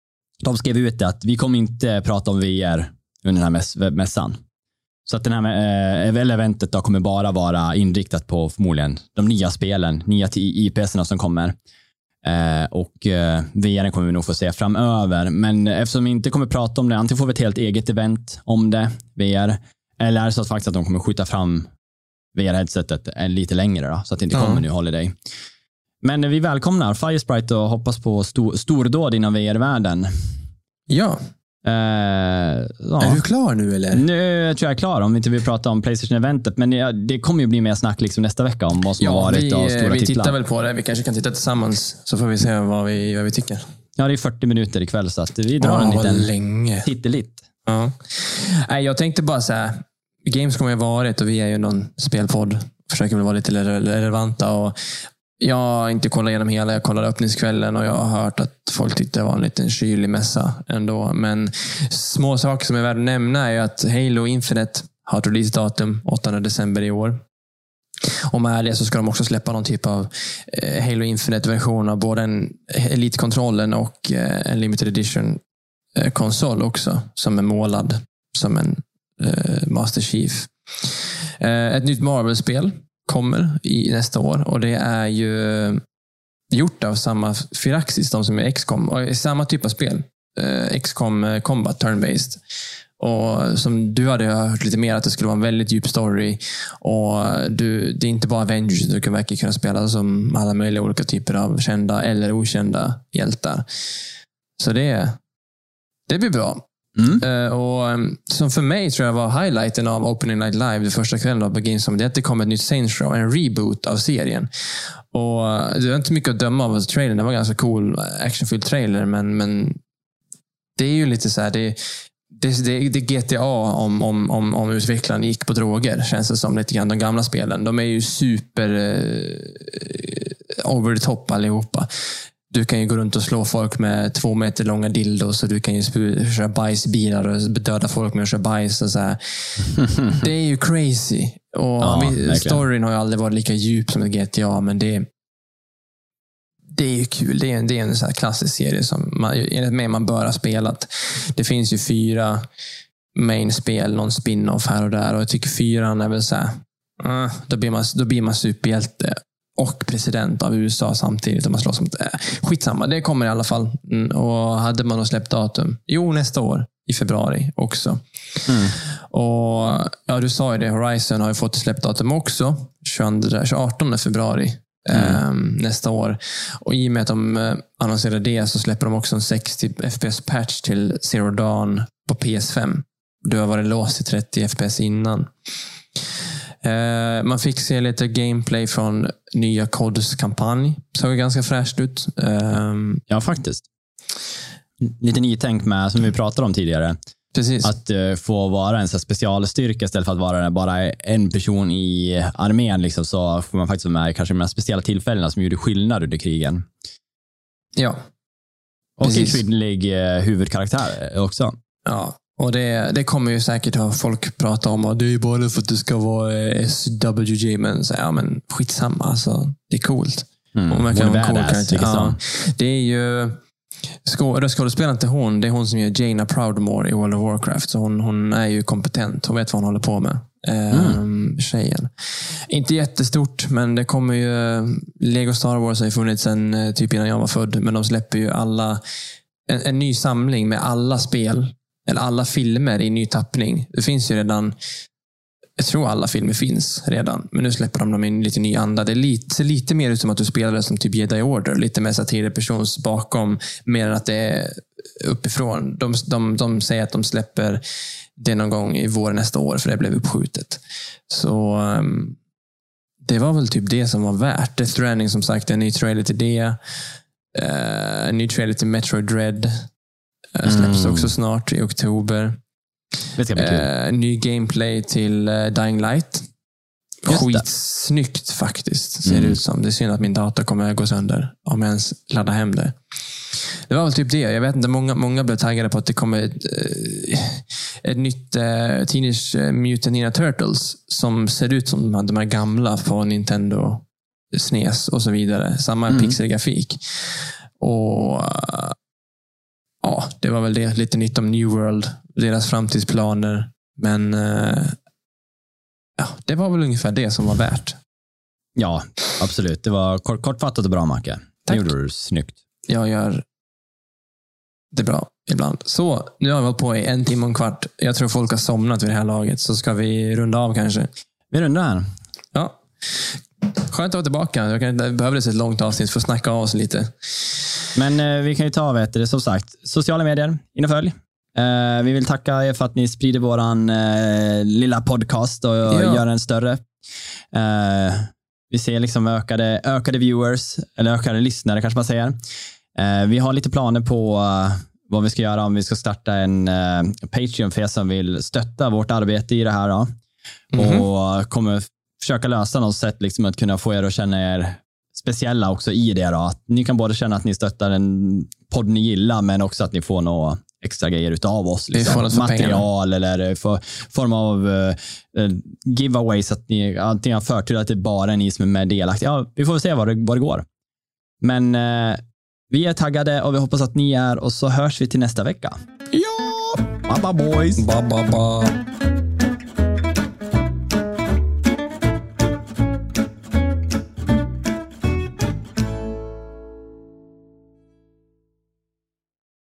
de skrev ut att vi kommer inte prata om V R under den här mäss- mässan. Så att den här eh, eventet då kommer bara vara inriktat på förmodligen de nya spelen, nya I P S-erna som kommer. Eh, och eh, V R kommer vi nog få se framöver, men eftersom vi inte kommer prata om det, antingen får vi ett helt eget event om det, V R, eller är det så att faktiskt att de kommer skjuta fram V R-headsetet lite längre då, så att det inte kommer mm. nu Holiday. Men vi välkomnar Firesprite och hoppas på stor, stordåd inom V R-världen. Ja. Eh, ja. Är du klar nu eller? Nu tror jag är klar om vi inte vill prata om PlayStation-eventet, men det, det kommer ju bli mer snack liksom nästa vecka om vad som ja, har varit vi, av stora vi titlar. tittar väl på det. Vi kanske kan titta tillsammans så får vi se vad vi, vad vi tycker. Ja, det är fyrtio minuter ikväll så att vi drar oh, en liten länge. tittelit. Ja. Nej, jag tänkte bara så här, Gamescom har varit och vi är ju någon spelpodd. Försöker väl vara lite relevanta och jag har inte kollat igenom hela, jag kollade öppningskvällen och jag har hört att folk tyckte det var en liten kylig mässa ändå. Men små saker som är värda att nämna är att Halo Infinite har ett releasedatum åttonde december i år. Och med det så ska de också släppa någon typ av eh, Halo Infinite-version av både en Elite-kontrollen och eh, en Limited Edition-konsol eh, också, som är målad som en eh, Master Chief. Eh, ett nytt Marvel-spel kommer i nästa år och det är ju gjort av samma Firaxis, de som är X COM, och samma typ av spel. Eh, X COM Combat Turn-Based. Och som du hade hört lite mer att det skulle vara en väldigt djup story och du, det är inte bara Avengers, du kan verkligen kunna spela som alla möjliga olika typer av kända eller okända hjältar. Så det, det blir bra. Mm. Uh, och um, som för mig tror jag var highlighten av Opening Night Live det första kvällen på Gamescom, det är att det kom ett nytt Saints Row, en reboot av serien. Och uh, det var inte mycket att döma av trailern, det var en ganska cool actionfylld trailer, men, men det är ju lite så här, det Det, det, det G T A om, om, om, om utvecklaren gick på droger, känns det som lite grann. De gamla spelen, de är ju super eh, over the top allihopa. Du kan ju gå runt och slå folk med två meter långa dildos och du kan ju sp- köra bajsbilar och döda folk med att köra bajs och så här. Det är ju crazy. Och ja, storyn har ju aldrig varit lika djup som ett G T A, men det Det är ju kul. Det är en, det är en så här klassisk serie som man, enligt mig man bör ha spelat. Det finns ju fyra main-spel, någon spin-off här och där. Och jag tycker fyran är väl så här, uh, då, blir man, då blir man superhjälte och president av U S A samtidigt. Om man slåss mot, äh, skitsamma, det kommer i alla fall. Mm, och hade man då släppt datum? Jo, nästa år. I februari också. Mm. Och ja, du sa ju det, Horizon har ju fått släppt datum också. artonde februari. Mm. Um, nästa år. Och i och med att de uh, annonserade det så släpper de också en sextio F P S-patch till Zero Dawn på P S fem. Du har varit låst i trettio F P S innan. Uh, man fick se lite gameplay från nya C O Ds kampanj. Såg ganska fräscht ut. Um, ja, faktiskt. Lite nytänk med, som vi pratade om tidigare. Precis. Att uh, få vara en så specialstyrka istället för att vara bara en person i armén liksom, så får man faktiskt vara med kanske de här speciella tillfällena som gjorde skillnad under krigen. Ja. Och Precis. en kvinnlig eh, huvudkaraktär också. Ja, och det, det kommer ju säkert ha folk prata om och det är ju bara för att det ska vara S W J, men så, ja, men skitsamma, alltså, det är coolt. Mm. Hon verkar vara en cool karaktär. Ja, det är ju röstskådespelaren till hon, det är hon som gör Jaina Proudmoore i World of Warcraft, så hon, hon är ju kompetent, hon vet vad hon håller på med. Mm. Tjejen. Inte jättestort, men det kommer ju Lego Star Wars har ju funnits sen typ innan jag var född, men de släpper ju alla en, en ny samling med alla spel eller alla filmer i ny tappning. Det finns ju redan, jag tror alla filmer finns redan, men nu släpper de dem i en lite ny anda. Det är lite, ser lite mer ut som att du spelar som typ Jedi Order, lite mer satirpersons bakom, mer än att det är uppifrån. De, de, de säger att de släpper det någon gång i vår nästa år, för det blev uppskjutet. Så um, det var väl typ det som var värt. Death Stranding, som sagt, en ny trailer till det. Uh, en ny trailer till Metroid Dread. Uh, släpps mm. också snart i oktober. Det ska bli kul. Uh, ny gameplay till uh, Dying Light. Skitsnyggt faktiskt, ser mm. det ut som. Det är synd att min dator kommer att gå sönder om jag ens laddar hem det. Det var väl typ det. Jag vet inte, många, många blev taggade på att det kommer ett, ett nytt uh, Teenage Mutant Ninja Turtles som ser ut som de här gamla på Nintendo S N E S och så vidare. Samma mm. pixelgrafik. Och uh, ja, det var väl det. Lite nytt om New World, deras framtidsplaner. Men uh, ja, det var väl ungefär det som var värt. Ja, absolut. Det var kort, kortfattat och bra, Macke. Det gjorde du snyggt. Jag gör det bra ibland. Så, nu har vi hållit på i en timme och en kvart. Jag tror folk har somnat vid det här laget. Så ska vi runda av kanske. Vi rundar här. Ja. Skönt att vara tillbaka. Jag kan, det behövdes ett långt avsnitt för att snacka av oss lite. Men eh, vi kan ju ta vet det, som sagt. Sociala medier, in och följ. Eh, vi vill tacka er för att ni sprider våran eh, lilla podcast och ja. gör den större. Eh, vi ser liksom ökade, ökade viewers, eller ökade lyssnare kanske man säger. Eh, vi har lite planer på uh, vad vi ska göra, om vi ska starta en uh, Patreon för er som vill stötta vårt arbete i det här. Då. Mm-hmm. Och kommer försöka lösa något sätt liksom, att kunna få er att känna er speciella också i det. Då. Att ni kan både känna att ni stöttar en podd ni gillar, men också att ni får några extra grejer utav oss. Liksom. Material pengarna. Eller för, form av uh, giveaways, att ni antingen har förtur att det bara är ni som är med delaktiga. Ja, vi får se vad det, vad det går. Men uh, vi är taggade och vi hoppas att ni är, och så hörs vi till nästa vecka. Ja! Bye bye boys! Bye bye bye!